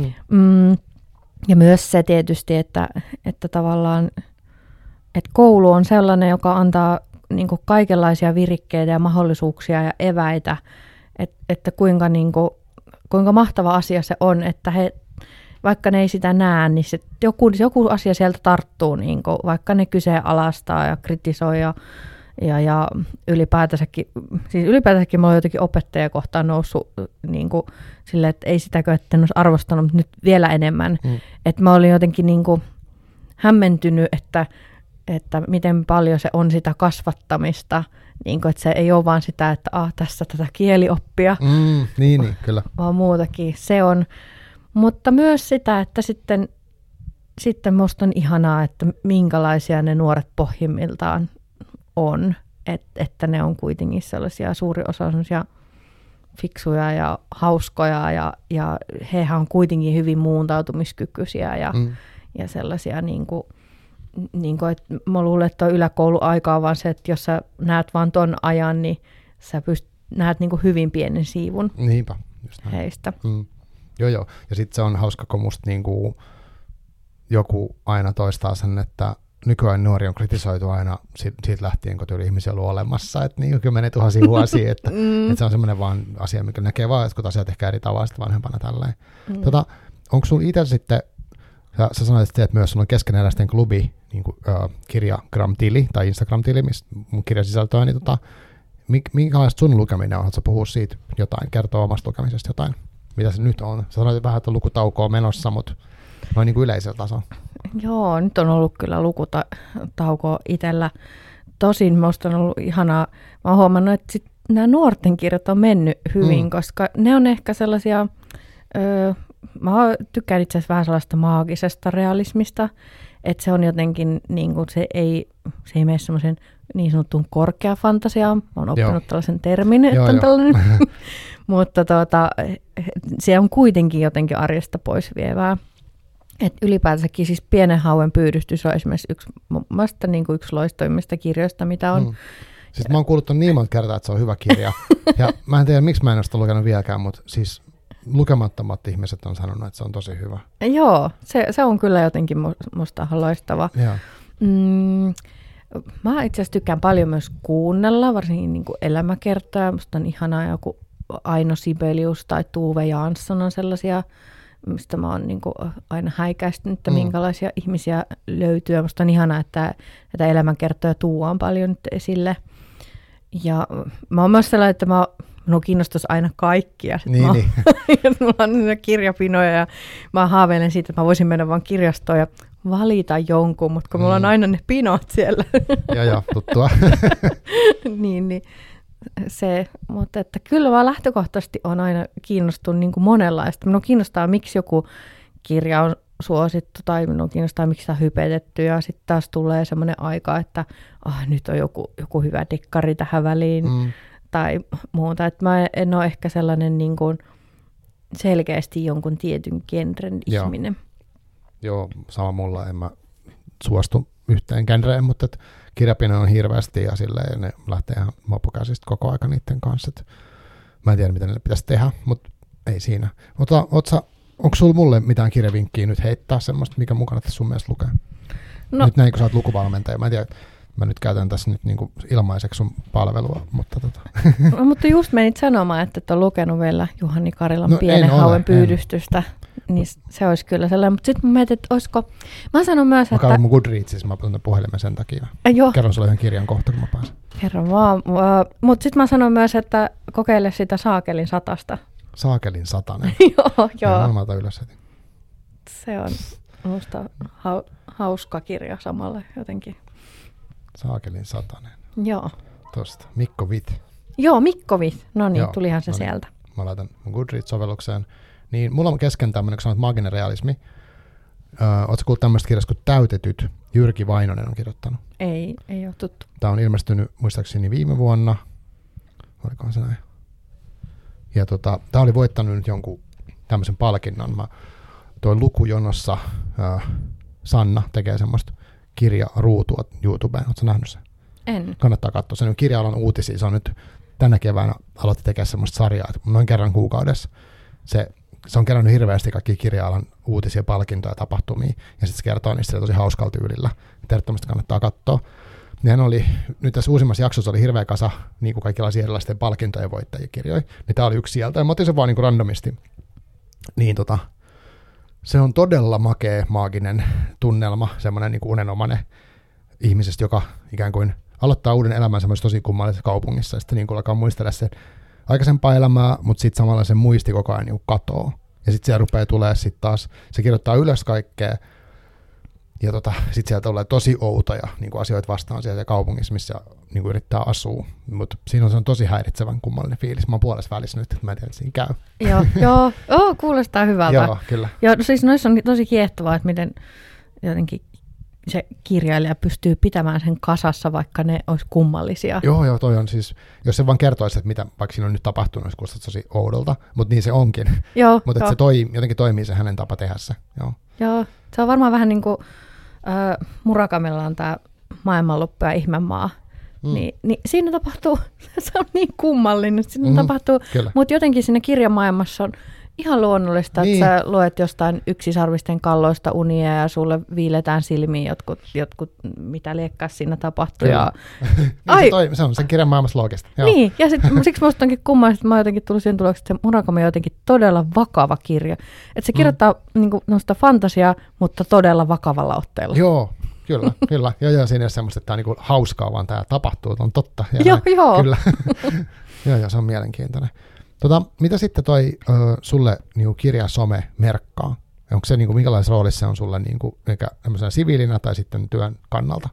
Ja myös se tietysti, että tavallaan että koulu on sellainen, joka antaa niin kuin kaikenlaisia virikkeitä ja mahdollisuuksia ja eväitä, että kuinka mahtava asia se on, että he vaikka ne ei sitä näe, niin se, joku asia sieltä tarttuu, niin kuin, vaikka ne kyseenalaistaa ja kritisoi ja ylipäätänsäkin mulla on jotenkin opettajakohtaan noussut niin kuin, silleen, että ei sitäkö, että en olisi arvostanut, mutta nyt vielä enemmän. Että mä olin jotenkin niin kuin, hämmentynyt, että miten paljon se on sitä kasvattamista, niin kuin, että se ei ole vaan sitä, että tässä tätä kielioppia, niin, kyllä. vaan muutakin. Se on. Mutta myös sitä, että sitten musta on ihanaa, että minkälaisia ne nuoret pohjimmiltaan on. Että ne on kuitenkin sellaisia, suuri osa sellaisia fiksuja ja hauskoja ja hehän on kuitenkin hyvin muuntautumiskykyisiä ja sellaisia niin kuin, että mä luulen, että yläkouluaika on vaan se, että jos sä näet vaan ton ajan, niin sä näet niin kuin hyvin pienen siivun. Niinpä, just näin. Heistä. Joo. Ja sitten se on hauska, kun musta niinku joku aina toistaa sen, että nykyään nuori on kritisoitu aina siitä lähtien, kun tyyli ihmisiä on ollut olemassa, että niin 10 000 vuosia, että se on semmoinen vaan asia, mikä näkee vaan, että kun asiat ehkä eri tavalla sitten vanhempana tälleen. Onko sun itse sitten, sä sanoit, että myös sulla on keskeneräisten klubi, niin kuin, kirjagram-tili tai Instagram-tili, missä mun kirjasisältö on, niin minkälaista sun lukeminen on? Haluatko puhua siitä jotain, kertoa omasta lukemisesta jotain? Mitä se nyt on? Sä sanoit vähän, että lukutauko on menossa, mutta noin niin kuin yleisellä tasolla. Joo, nyt on ollut kyllä lukutauko itsellä. Tosin minusta on ollut ihanaa. Mä oon huomannut, että nämä nuorten kirjat on mennyt hyvin, koska ne on ehkä sellaisia Mä tykkään itse asiassa vähän sellaista maagisesta realismista, että se on jotenkin, niin kuin se ei mene semmoisen niin sanottuun korkeafantasiaan. Mä oon oppinut tällaisen termin, että on tällainen. Mutta se on kuitenkin jotenkin arjesta pois vievää. Et ylipäätänsäkin siis Pienen hauen pyydystys on esimerkiksi yksi loistoimmista kirjoista, mitä on. Siis mä oon kuullut niin monta kertaa, että se on hyvä kirja. Ja mä en tiedä, miksi mä en ole sitä lukenut vieläkään, mutta siis lukemattomat ihmiset on sanonut, että se on tosi hyvä. Joo, se on kyllä jotenkin musta loistava. Mä itse asiassa tykkään paljon myös kuunnella, varsinkin niin kuin elämäkertoja. Musta on ihanaa joku Aino Sibelius tai Tuve Jansson on sellaisia, mistä mä oon niin kuin aina häikäistynyt, että minkälaisia ihmisiä löytyy. Musta on ihanaa, että elämänkertoja tuodaan paljon nyt esille. Ja mä oon myös sellainen, että minua kiinnostaisi aina kaikkia. Niin. Mulla on niitä kirjapinoja ja mä haaveilen siitä, että mä voisin mennä vaan kirjastoon ja valita jonkun, mutta kun mulla on aina ne pinot siellä. Joo, tuttua. niin se, mutta että kyllä vaan lähtökohtaisesti on aina kiinnostunut niin kuin monenlaista. Minua kiinnostaa, miksi joku kirja on suosittu tai minua kiinnostaa, miksi sitä on hypetetty ja sitten taas tulee semmoinen aika, että nyt on joku hyvä dekkari tähän väliin tai muuta. Että mä en ole ehkä sellainen niin kuin selkeästi jonkun tietyn genren ihminen. Joo, sama mulla, en mä suostu yhteen genreen, mutta kirjapino on hirveästi ja silleen ne lähtee ihan mopokäsistä koko aika niiden kanssa. Mä en tiedä, mitä ne pitäisi tehdä, mutta ei siinä. Mutta onko sulla mulle mitään kirjavinkkiä nyt heittää semmoista, mikä mukana tässä sun mielestä lukee? No. Nyt näin, kun sä oot lukuvalmentaja. Mä en tiedä, mä nyt käytän tässä nyt niinku ilmaiseksi sun palvelua, mutta No, mutta just menit sanomaan, että et on lukenut vielä Juhani Karilan Pienen hauen pyydystystä. Niin se olisi kyllä sellainen, mutta sitten mä mietin, että olisiko... Mä sanon myös, että... Mä käyn mun Goodreadsissa, mä otan puhelimen sen takia. Kerron sulle yhden kirjan kohta, kun mä pääsen. Kerron vaan. Mutta sitten mä sanon myös, että kokeile sitä Saakelin satasta. Saakelin satanen. Joo. Mä ylös heti. Se on musta hauska kirja samalla jotenkin. Saakelin satanen. Joo. Tosta. Mikko Witt. Joo, Mikko Witt. No niin, tulihan se sieltä. Mä laitan mun Goodreads-sovellukseen. Niin, mulla on kesken tämmöinen, kun sanot maaginen realismi. Ootko kuullut tämmöistä kirjasta kuin Täytetyt? Jyrki Vainonen on kirjoittanut. Ei ole tuttu. Tämä on ilmestynyt muistaakseni viime vuonna. Olikohan se näin? Ja tämä oli voittanut nyt jonkun tämmöisen palkinnon. Mä toin lukujonossa Sanna tekee semmoista kirjaruutua YouTubeen. Ootko nähnyt sen? En. Kannattaa katsoa. Se on kirja-alan uutisia. Se on nyt tänä keväänä aloitti tekemään semmoista sarjaa, että noin kerran kuukaudessa se on kerännyt hirveästi kaikkia kirja-alan uutisia, palkintoja ja tapahtumia, ja sitten se kertoo niistä tosi hauskalla tyylillä. Ehdottomasti kannattaa katsoa. Nehän oli, nyt tässä uusimmassa jaksossa oli hirveä kasa niin kuin kaikenlaisia erilaisten palkintojen voittajia kirjoja, niin tämä oli yksi sieltä, ja mä otin sen vaan niin kuin randomisti. Niin se on todella makea, maaginen tunnelma, semmoinen niin kuin unenomainen ihmisestä, joka ikään kuin aloittaa uuden elämän semmoisessa tosi kummallisessa kaupungissa, ja sitten niin kuin alkaa muistella sen aikaisempaa elämää, mutta sitten samalla se muisti koko ajan niin katoo. Ja sitten siellä rupeaa tulemaan sitten taas, se kirjoittaa ylös kaikkea, ja sitten sieltä tulee tosi outoja niin asioita vastaan siellä kaupungissa, missä niin yrittää asua. Mutta siinä on se tosi häiritsevän kummallinen fiilis. Mä oon puolessa välissä nyt, että mä en tiedä, että siinä käy. Joo, kuulostaa hyvältä. Joo, kyllä. Ja siis noissa on tosi kiehtovaa, että miten jotenkin se kirjailija pystyy pitämään sen kasassa, vaikka ne olisi kummallisia. Joo, toi on siis, jos se vaan kertoisi, että mitä vaikka siinä on nyt tapahtunut, olisi kuulostaa tosi oudolta, mutta niin se onkin. Mutta se jotenkin toimii se hänen tapa tehdä se. Joo, se on varmaan vähän niin kuin Murakamella on tämä maailmanloppu ja ihmemaa. Niin siinä tapahtuu, se on niin kummallinen, siinä tapahtuu, mutta jotenkin siinä kirjamaailmassa on ihan luonnollista, että sä luet jostain yksisarvisten kalloista unia ja sulle viiletään silmiin jotkut mitä liekkaa siinä tapahtuu. Se on sen kirjan maailmassa loogista. Niin, ja siksi musta onkin kummallista, että mä oon jotenkin tullut siihen tulokseen, että se Murakami on jotenkin todella vakava kirja. Että se kirjoittaa niin fantasiaa, mutta todella vakavalla otteella. Joo, kyllä. Joo, siinä ei ole semmoista, että tämä on niin hauskaa, vaan tämä tapahtuu, on totta. Joo. Kyllä. Joo, se on mielenkiintoinen. Mitä sitten toi sulle niinku kirja some merkkaa? Onko se niinku, minkälaisessa roolissa se on sulle niinku, eikä siviilinä tai sitten työn kannalta?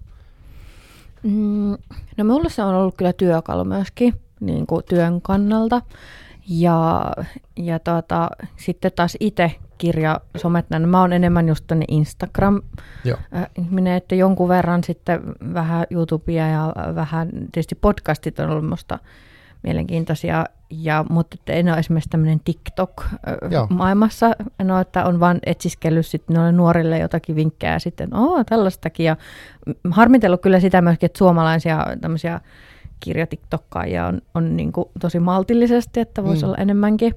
No minulle se on ollut kyllä työkalu myöskin niinku työn kannalta. Sitten taas itse kirjasomet, mä oon enemmän just tänne Instagram-ihminen, että jonkun verran sitten vähän YouTubea ja vähän tietysti podcastit on ollut musta mielenkiintoisia, mutta en ole esimerkiksi tämmöinen TikTok-maailmassa, en ole, että on vaan etsiskellyt sitten noille nuorille jotakin vinkkejä sitten, tällaistakin, ja harmitellut kyllä sitä myöskin, että suomalaisia tämmöisiä kirjatiktokkaajia on niin kuin tosi maltillisesti, että voisi olla enemmänkin,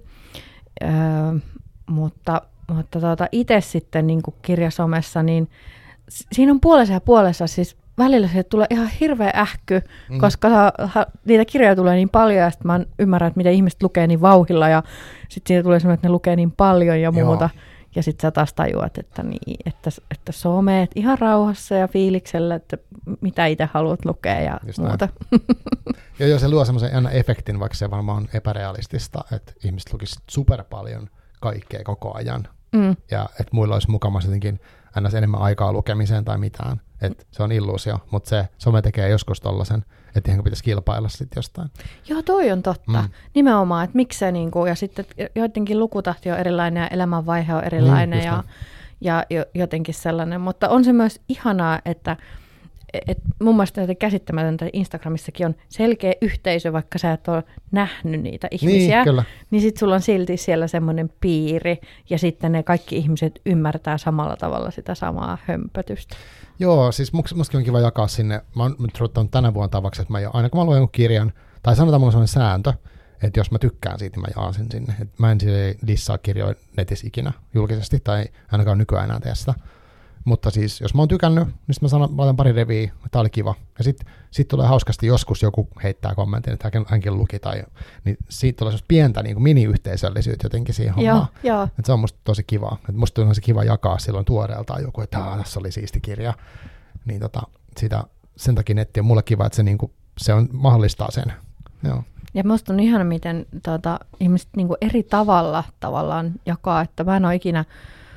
mutta itse sitten niin kuin kirjasomessa, niin siinä on puolessa, siis välillä se tulee ihan hirveä ähky, koska niitä kirjoja tulee niin paljon, ja sitten mä ymmärrän, että miten ihmiset lukee niin vauhdilla, ja sitten siinä tulee semmoinen, että ne lukee niin paljon ja muuta, ja sitten sä taas tajuat, että someet ihan rauhassa ja fiiliksellä, että mitä itse haluat lukea ja just muuta. Ja se luo semmoisen aina efektin, vaikka se varmaan on epärealistista, että ihmiset lukisivat super paljon kaikkea koko ajan, ja että muilla olisi mukamassa jotenkin aina enemmän aikaa lukemiseen tai mitään. Et se on illuusio, mutta se some tekee joskus tollasen, että ihan pitäisi kilpailla sitten jostain. Joo, toi on totta. Nimenomaan, että miksei niinku, ja sitten joidenkin lukutahti on erilainen ja elämänvaihe on erilainen ja jotenkin sellainen. Mutta on se myös ihanaa, että mun mielestä käsittämätöntä Instagramissakin on selkeä yhteisö, vaikka sä et ole nähnyt niitä ihmisiä, niin sitten sulla on silti siellä semmoinen piiri, ja sitten ne kaikki ihmiset ymmärtää samalla tavalla sitä samaa hömpötystä. Joo, siis mustakin on kiva jakaa sinne. Mä oon nyt ruvennut tänä vuonna tavaksi, että aina kun mä luen jonkun kirjan, tai sanotaan mulla on sellainen sääntö, että jos mä tykkään siitä, niin mä jaan sen sinne. Et mä en lissaa kirjoja netissä ikinä julkisesti, tai ainakaan nykyään enää tee sitä. Mutta siis, jos mä oon tykännyt, niin mä otan pari reviä, tää oli kiva. Ja sit tulee hauskasti joskus joku heittää kommentin, että hänkin luki, niin siitä tulee pientä niin kuin mini-yhteisöllisyyttä jotenkin siihen hommaan. Että se on musta tosi kiva. Että musta on se kiva jakaa silloin tuoreeltaan joku, että tässä oli siisti kirja. Niin sen takia netti on mulle kiva, että se on mahdollistaa sen. Joo. Ja musta on ihana, miten ihmiset niin kuin eri tavalla tavallaan jakaa, että mä en ole ikinä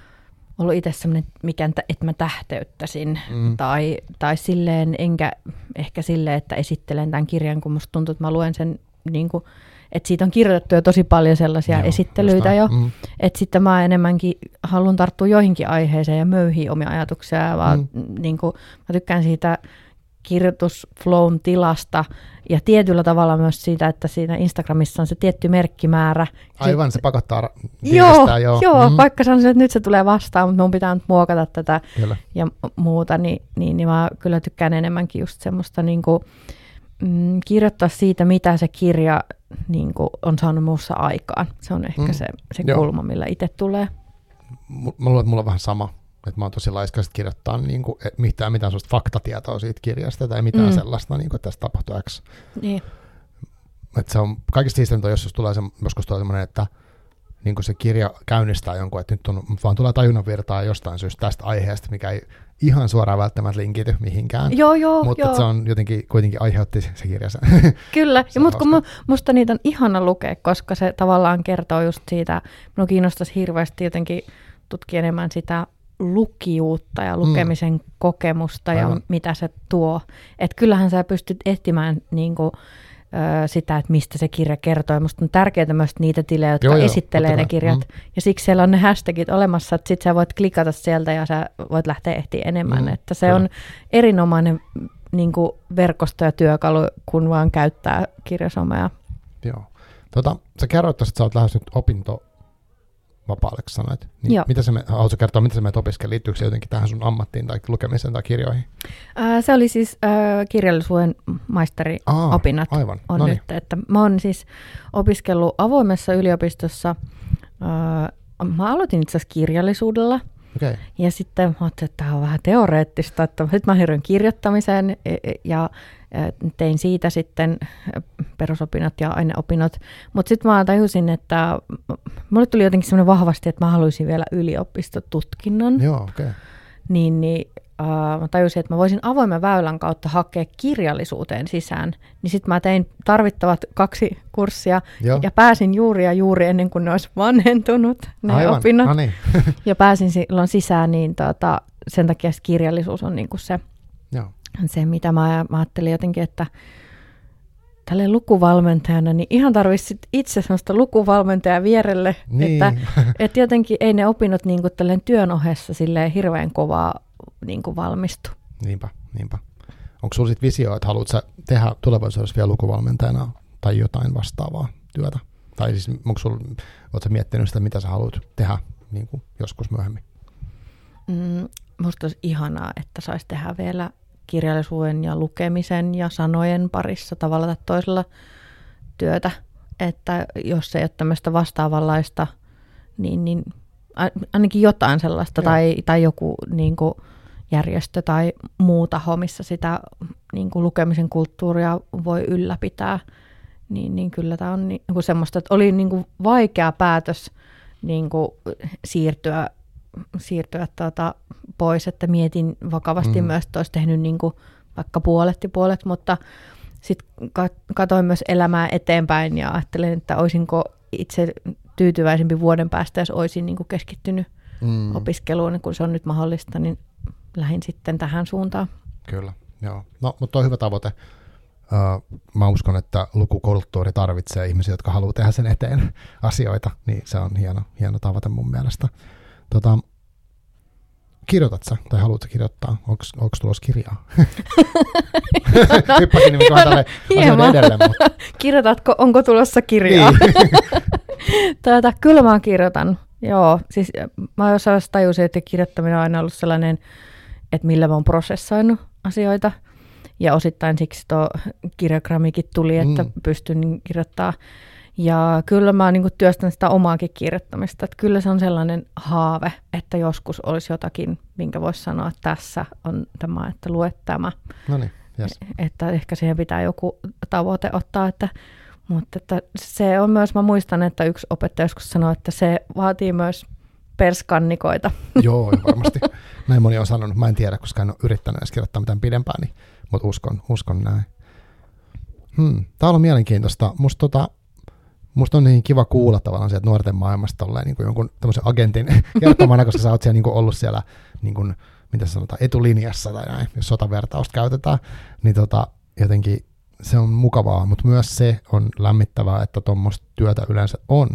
ollut itse sellainen, että mä tähteyttäisin, tai silleen, enkä ehkä silleen, että esittelen tämän kirjan, kun musta tuntuu, että mä luen sen, niin kuin, että siitä on kirjoitettu jo tosi paljon sellaisia esittelyitä jo, että sitten mä enemmänkin haluan tarttua joihinkin aiheeseen ja möyhiä omia ajatuksia, vaan niin kuin, mä tykkään siitä kirjoitusflown tilasta ja tietyllä tavalla myös siitä, että siinä Instagramissa on se tietty merkkimäärä. Aivan, se pakottaa tiivistää. Joo, vaikka sanon, että nyt se tulee vastaan, mutta mun pitää nyt muokata tätä ja muuta, niin mä kyllä tykkään enemmänkin just semmoista niin kuin, kirjoittaa siitä, mitä se kirja niin kuin, on saanut muussa aikaan. Se on ehkä se kulma, millä itse tulee. Mä luulen, että mulla on vähän sama. Että mä oon tosi laiska kirjoittaa niin kuin, mitään sellaista faktatietoa siitä kirjasta tai mitään sellaista, niin kuin, että tässä tapahtuu X. Niin. Että se on kaikista siistiintä, joskus tulee semmoinen, että niin kuin se kirja käynnistää jonkun, että nyt vaan tulee tajunnanvirtaa jostain syystä tästä aiheesta, mikä ei ihan suoraan välttämättä linkity mihinkään. Joo. Mutta se on jotenkin kuitenkin aiheutti se kirja. Kyllä, mutta kun musta niitä on ihana lukea, koska se tavallaan kertoo just siitä, minua kiinnostaisi hirveästi jotenkin tutkia enemmän sitä lukijuutta ja lukemisen kokemusta ja mitä se tuo. Että kyllähän sä pystyt etsimään niinku, sitä, että mistä se kirja kertoo. Musta on tärkeää myös niitä tilejä, jotka esittelee ne kirjat. Ja siksi siellä on ne hashtagit olemassa, että sit sä voit klikata sieltä ja sä voit lähteä ehtiä enemmän. Että se on erinomainen niinku, verkosto ja työkalu, kun vaan käyttää kirjasomea. Joo. Sä kerroit, että sä oot lähes nyt opintovapaalle, sanoit. Niin haluatko kertoa, mitä sä menet opiskella? Liittyykö se jotenkin tähän sun ammattiin tai lukemiseen tai kirjoihin? Se oli siis kirjallisuuden maisteriopinnat on nyt. Että mä oon siis opiskellut avoimessa yliopistossa. Mä aloitin itse asiassa kirjallisuudella. Okay. Ja sitten mä ajattelin, että tämä on vähän teoreettista, että sitten mä hirveän kirjoittamiseen ja tein siitä sitten perusopinnot ja aineopinnot. Mutta sitten mä tajusin, että mulle tuli jotenkin semmoinen vahvasti, että mä haluaisin vielä yliopistotutkinnon. Joo, okei. Okay. Niin mä tajusin, että mä voisin avoimen väylän kautta hakea kirjallisuuteen sisään. Niin sitten mä tein tarvittavat 2 kurssia ja pääsin juuri ennen kuin ne olisi vanhentunut ne opinnot. Niin. Ja pääsin silloin sisään, niin sen takia kirjallisuus on niinku se, mitä mä ajattelin jotenkin, että tälleen lukuvalmentajana, niin ihan tarvitsi itse sellaista lukuvalmentajaa vierelle, Niin. että jotenkin ei ne opinnot niin kuin tälleen työn ohessa silleen hirveän kovaa niin kuin valmistu. Niinpä. Onko sulla sitten visio, että haluatko sä tehdä tulevaisuudessa vielä lukuvalmentajana tai jotain vastaavaa työtä? Tai siis ootko sä miettinyt sitä, mitä sä haluat tehdä niin kuin joskus myöhemmin? Musta olisi ihanaa, että saisi tehdä vielä kirjallisuuden ja lukemisen ja sanojen parissa tavalla tai toisella työtä. Että jos ei ole tämmöistä vastaavanlaista, niin ainakin jotain sellaista tai joku niin kuin järjestö tai muu taho, missä sitä niin kuin lukemisen kulttuuria voi ylläpitää, niin kyllä tämä on niin kuin semmoista, että oli niin kuin vaikea päätös niin kuin siirtyä pois, että mietin vakavasti myös, että olisi tehnyt niin kuin vaikka puolet, mutta sitten katsoin myös elämää eteenpäin ja ajattelin, että olisinko itse tyytyväisempi vuoden päästä, jos olisin niin kuin keskittynyt opiskeluun, kun se on nyt mahdollista, niin lähdin sitten tähän suuntaan. Kyllä, joo. No, mutta on hyvä tavoite. Mä uskon, että lukukulttuuri tarvitsee ihmisiä, jotka haluaa tehdä sen eteen asioita, niin se on hieno tavoite mun mielestä. Kirjoitat sä, tai haluatko kirjoittaa? Onko tulossa kirjaa? Hyppäsin niin vähän tälle asioiden edelleen. Mutta... Kirjoitatko, onko tulossa kirjaa? Niin. Kyllä mä kirjoitan. Joo, siis mä jossain tajusin, että kirjoittaminen on aina ollut sellainen, että millä mä oon prosessoinut asioita. Ja osittain siksi tuo kirjagrammikin tuli, että pystyn kirjoittamaan. Ja kyllä mä niin kuin työstän sitä omaakin kirjoittamista. Että kyllä se on sellainen haave, että joskus olisi jotakin, minkä voisi sanoa, että tässä on tämä, että lue tämä. Noniin, yes. Että ehkä siihen pitää joku tavoite ottaa. Mutta että se on myös, mä muistan, että yksi opettaja joskus sanoi, että se vaatii myös perskannikoita. Joo, varmasti. Näin moni on sanonut. Mä en tiedä, koska en ole yrittänyt edes kirjoittaa mitään pidempään, niin, mutta uskon näin. Tämä on ollut mielenkiintoista. Musta on niin kiva kuulla tavallaan sieltä nuorten maailmasta niin kuin jonkun tämmöisen agentin kertomana, koska sä oot siellä niin kuin ollut siellä, niin kuin, mitä sanotaan, etulinjassa tai näin, jos sotavertausta käytetään, niin jotenkin se on mukavaa, mutta myös se on lämmittävää, että tuommoista työtä yleensä on.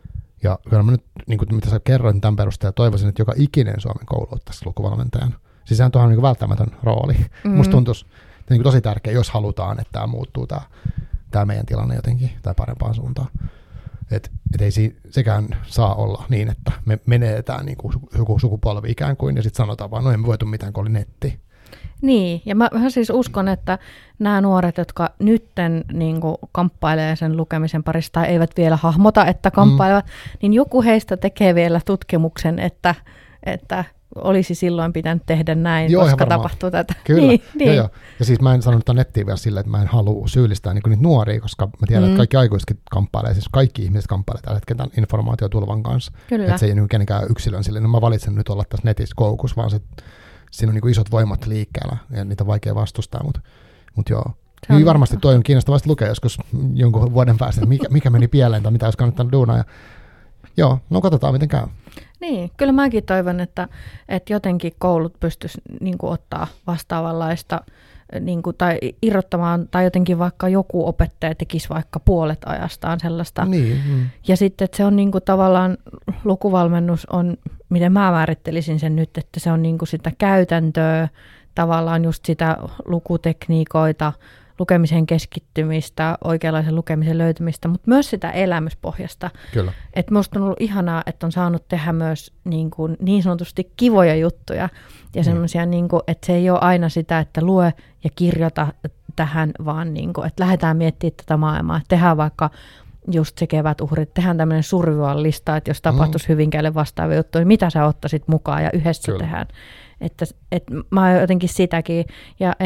Ja kyllä mä nyt, niin kuin mitä sä kerroit tämän perusteella, toivoisin, että joka ikinen Suomen koulu ottaisi lukuvalmentajan. Siis sehän on niin kuin välttämätön rooli. Musta tuntuisi niin kuin tosi tärkeä, jos halutaan, että tämä muuttuu tämä meidän tilanne jotenkin tai parempaan suuntaan. Et ei sekään saa olla niin, että me menetään niin kuin joku sukupolvi ikään kuin ja sitten sanotaan vaan, no emme voitu mitään, kun oli netti. Niin, ja mä siis uskon, että nämä nuoret, jotka nytten niin kuin kamppailee sen lukemisen parissa tai eivät vielä hahmota, että kamppailevat, niin joku heistä tekee vielä tutkimuksen, että olisi silloin pitänyt tehdä näin, joo, koska tapahtuu tätä. Kyllä, niin. Joo. Ja siis mä en sanonut nettiin vielä silleen, että mä en halua syyllistää niin niitä nuoria, koska mä tiedän, että kaikki aikuisetkin kamppailee, siis kaikki ihmiset kamppailee tällä hetkellä tämän informaatiotulvan kanssa. Kyllä. Että se ei niin kenenkään yksilön silleen, no mä valitsen nyt olla tässä netissä koukussa, vaan siinä on niin isot voimat liikkeellä ja niitä on vaikea vastustaa, mutta joo. Niin varmasti toi on kiinnostavasti lukea joskus jonkun vuoden päästä, mikä meni pieleen tai mitä olisi kannattanut duunaa. Joo, no katsotaan miten käy. Niin, kyllä mäkin toivon, että jotenkin koulut pystyisi niin kuin ottaa vastaavanlaista niin kuin, tai irrottamaan, tai jotenkin vaikka joku opettaja tekisi vaikka puolet ajastaan sellaista. Niin, ja sitten, että se on niin kuin, tavallaan lukuvalmennus on, miten mä määrittelisin sen nyt, että se on niin kuin sitä käytäntöä, tavallaan just sitä lukutekniikoita, lukemisen keskittymistä, oikeanlaisen lukemisen löytymistä, mutta myös sitä elämyspohjasta. Kyllä. Et musta on ollut ihanaa, että on saanut tehdä myös niin sanotusti kivoja juttuja ja semmoisia, että se ei ole aina sitä, että lue ja kirjoita tähän, vaan että lähdetään miettimään tätä maailmaa. Tehdään vaikka just se kevätuhrit, tehdään tämmöinen survival-lista, että jos tapahtuisi Hyvinkäälle vastaavia juttuja, niin mitä sä ottaisit mukaan ja yhdessä tehdään. Että mä oon jotenkin sitäkin, ja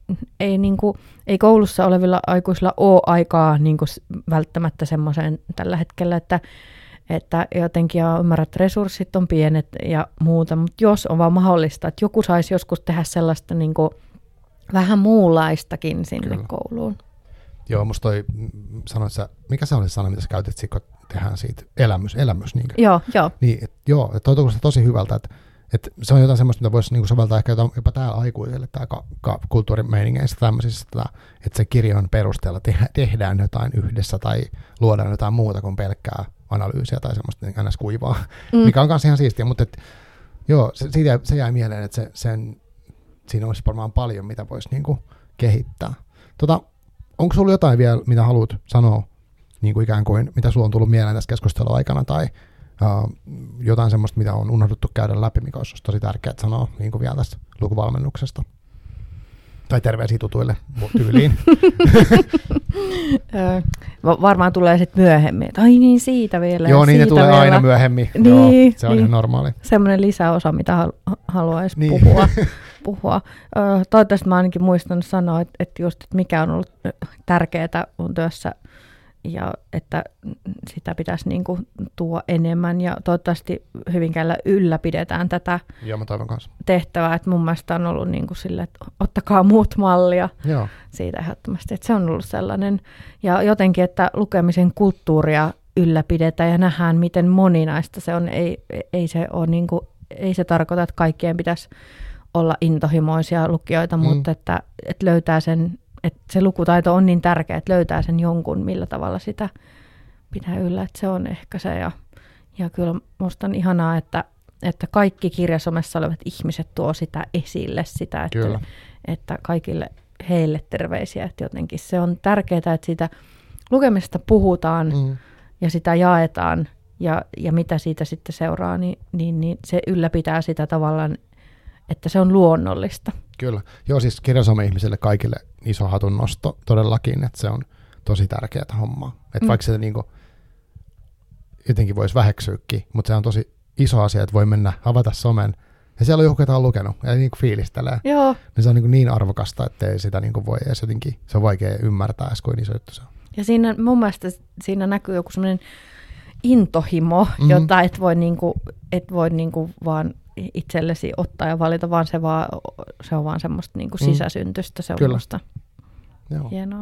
ei koulussa olevilla aikuisilla ole aikaa välttämättä semmoiseen tällä hetkellä, että jotenkin ymmärrät, että resurssit on pienet ja muuta, mutta jos on vaan mahdollista, että joku saisi joskus tehdä sellaista vähän muunlaistakin sinne kouluun. Joo, musta toi sanoit sä, mikä se oli se sana, mitä sä käytit, kun tehdään siitä elämys niinkö? Joo. Niin, joo, toi kuulostaa tosi hyvältä, että että se on jotain semmoista, mitä voisi niinku soveltaa ehkä jopa täällä aikuisille, tää kulttuurimeiningeissä tämmöisissä, että se kirjon perusteella tehdään jotain yhdessä tai luodaan jotain muuta kuin pelkkää analyysiä tai semmoista niin ns. Kuivaa, mikä on kanssa ihan siistiä, mutta joo, se jäi mieleen, että siinä olisi varmaan paljon, mitä voisi niinku kehittää. Onko sulla jotain vielä, mitä haluat sanoa, niin kuin ikään kuin, mitä sulla on tullut mieleen tässä keskustelun aikana, tai jotain semmoista, mitä on unohdettu käydä läpi, mikä olisi tosi tärkeää sanoa niin kuin vielä tästä lukuvalmennuksesta? Tai terveisiä tutuille tyyliin. Varmaan tulee sitten myöhemmin, että ai niin siitä vielä. Joo, niin ne tulee vielä. Aina myöhemmin. Niin, joo, se on ihan normaali. Semmoinen lisäosa, mitä haluaisi niin. puhua. Toivottavasti mä ainakin muistan sanoa, että mikä on ollut tärkeää mun työssä ja että sitä pitäisi niinku tuoda enemmän ja toivottavasti Hyvinkäällä ylläpidetään tätä tehtävää, että mun mielestä on ollut niinku sille, että ottakaa muut mallia siitä ehdottomasti, että se on ollut sellainen ja jotenkin, että lukemisen kulttuuria ylläpidetään ja nähdään, miten moninaista se on, ei se ole niinku, ei se tarkoita, että kaikkien pitäisi olla intohimoisia lukijoita, mutta että löytää sen, että se lukutaito on niin tärkeä, että löytää sen jonkun, millä tavalla sitä pitää yllä, että se on ehkä se. Ja kyllä musta on ihanaa, että kaikki Kirjasomessa olevat ihmiset tuo sitä esille, sitä, että kaikille heille terveisiä, että jotenkin se on tärkeää, että siitä lukemisesta puhutaan ja sitä jaetaan ja mitä siitä sitten seuraa, niin se ylläpitää sitä tavallaan, että se on luonnollista. Kyllä. Joo, siis Kirjasome-ihmisille kaikille iso hatunnosto todellakin, että se on tosi tärkeää hommaa. Että vaikka sitä niinku jotenkin voisi väheksyäkin, mutta se on tosi iso asia, että voi mennä avata somen. Ja siellä on joku, ketä on lukenut ja niinku fiilistelee. Joo. Niin se on niin arvokasta, että ei sitä niinku voi edes jotenkin, se on vaikea ymmärtää edes, kuin iso juttu se on. Ja siinä mun mielestä siinä näkyy joku semmoinen intohimo, jota et voi niinku vaan itsellesi ottaa ja valita, vaan se on vaan semmoista niinku sisäsyntystä. Se on musta hienoa.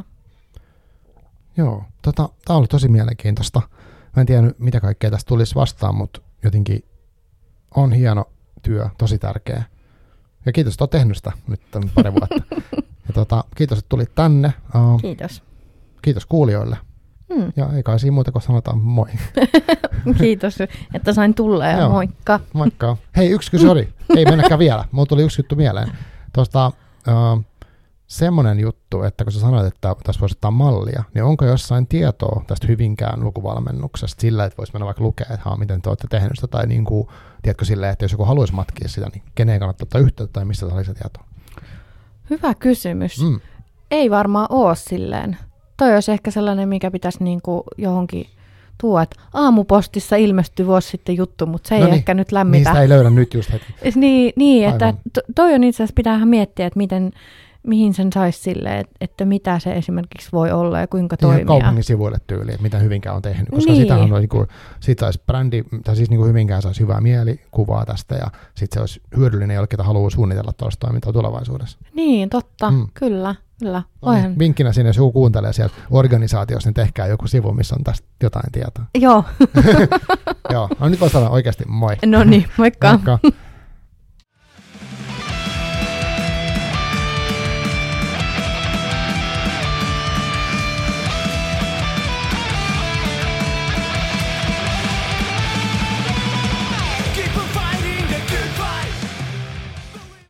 Joo, tämä on ollut tosi mielenkiintoista. Mä en tiedä, mitä kaikkea tästä tulisi vastaan, mutta jotenkin on hieno työ, tosi tärkeä. Ja kiitos, että olet tehnyt sitä nyt pari vuotta. Ja kiitos, että tulit tänne. Kiitos. Kiitos kuulijoille. Ja ei kai siinä muuta kuin sanotaan moi. Kiitos, että sain tulla ja moikka. Moikka. Hei, yksi kysy oli. Ei mennäkään vielä. Mulla tuli yksi juttu mieleen. Semmoinen juttu, että kun sä sanoit, että tässä voisi ottaa mallia, niin onko jossain tietoa tästä Hyvinkään lukuvalmennuksesta sillä, että voisi mennä vaikka lukea, että miten te olette tehnyt sitä, tai niin kuin, tiedätkö silleen, että jos joku haluaisi matkia sitä, niin keneen kannattaa ottaa yhteyttä, tai mistä saa lisätietoa? Hyvä kysymys. Ei varmaan ole silleen. Toi olisi ehkä sellainen, mikä pitäisi niinku johonkin tuoda, että Aamupostissa ilmestyi vuosi sitten juttu, mutta se ei ehkä nyt lämmitä. Niistä ei löydä nyt just hetki. Niin että toi on itse asiassa, pitäähän miettiä, että mihin sen saisi silleen, että mitä se esimerkiksi voi olla ja kuinka toimia. Kaupungin sivuille tyyliin, että mitä Hyvinkään on tehnyt, koska sitähän on siitä saisi brändi, tai siis niin kuin Hyvinkään saisi hyvää mielikuvaa tästä, ja sitten se olisi hyödyllinen jollekin, jota haluaa suunnitella tuollaista toimintaa tulevaisuudessa. Niin, totta, kyllä. Vinkkinä sinne, jos joku kuuntelee sieltä organisaatiossa, niin tehkää joku sivu, missä on tästä jotain tietoa. Joo. Joo, no nyt voisi sanoa oikeasti moi. No niin, moikka. Moikka.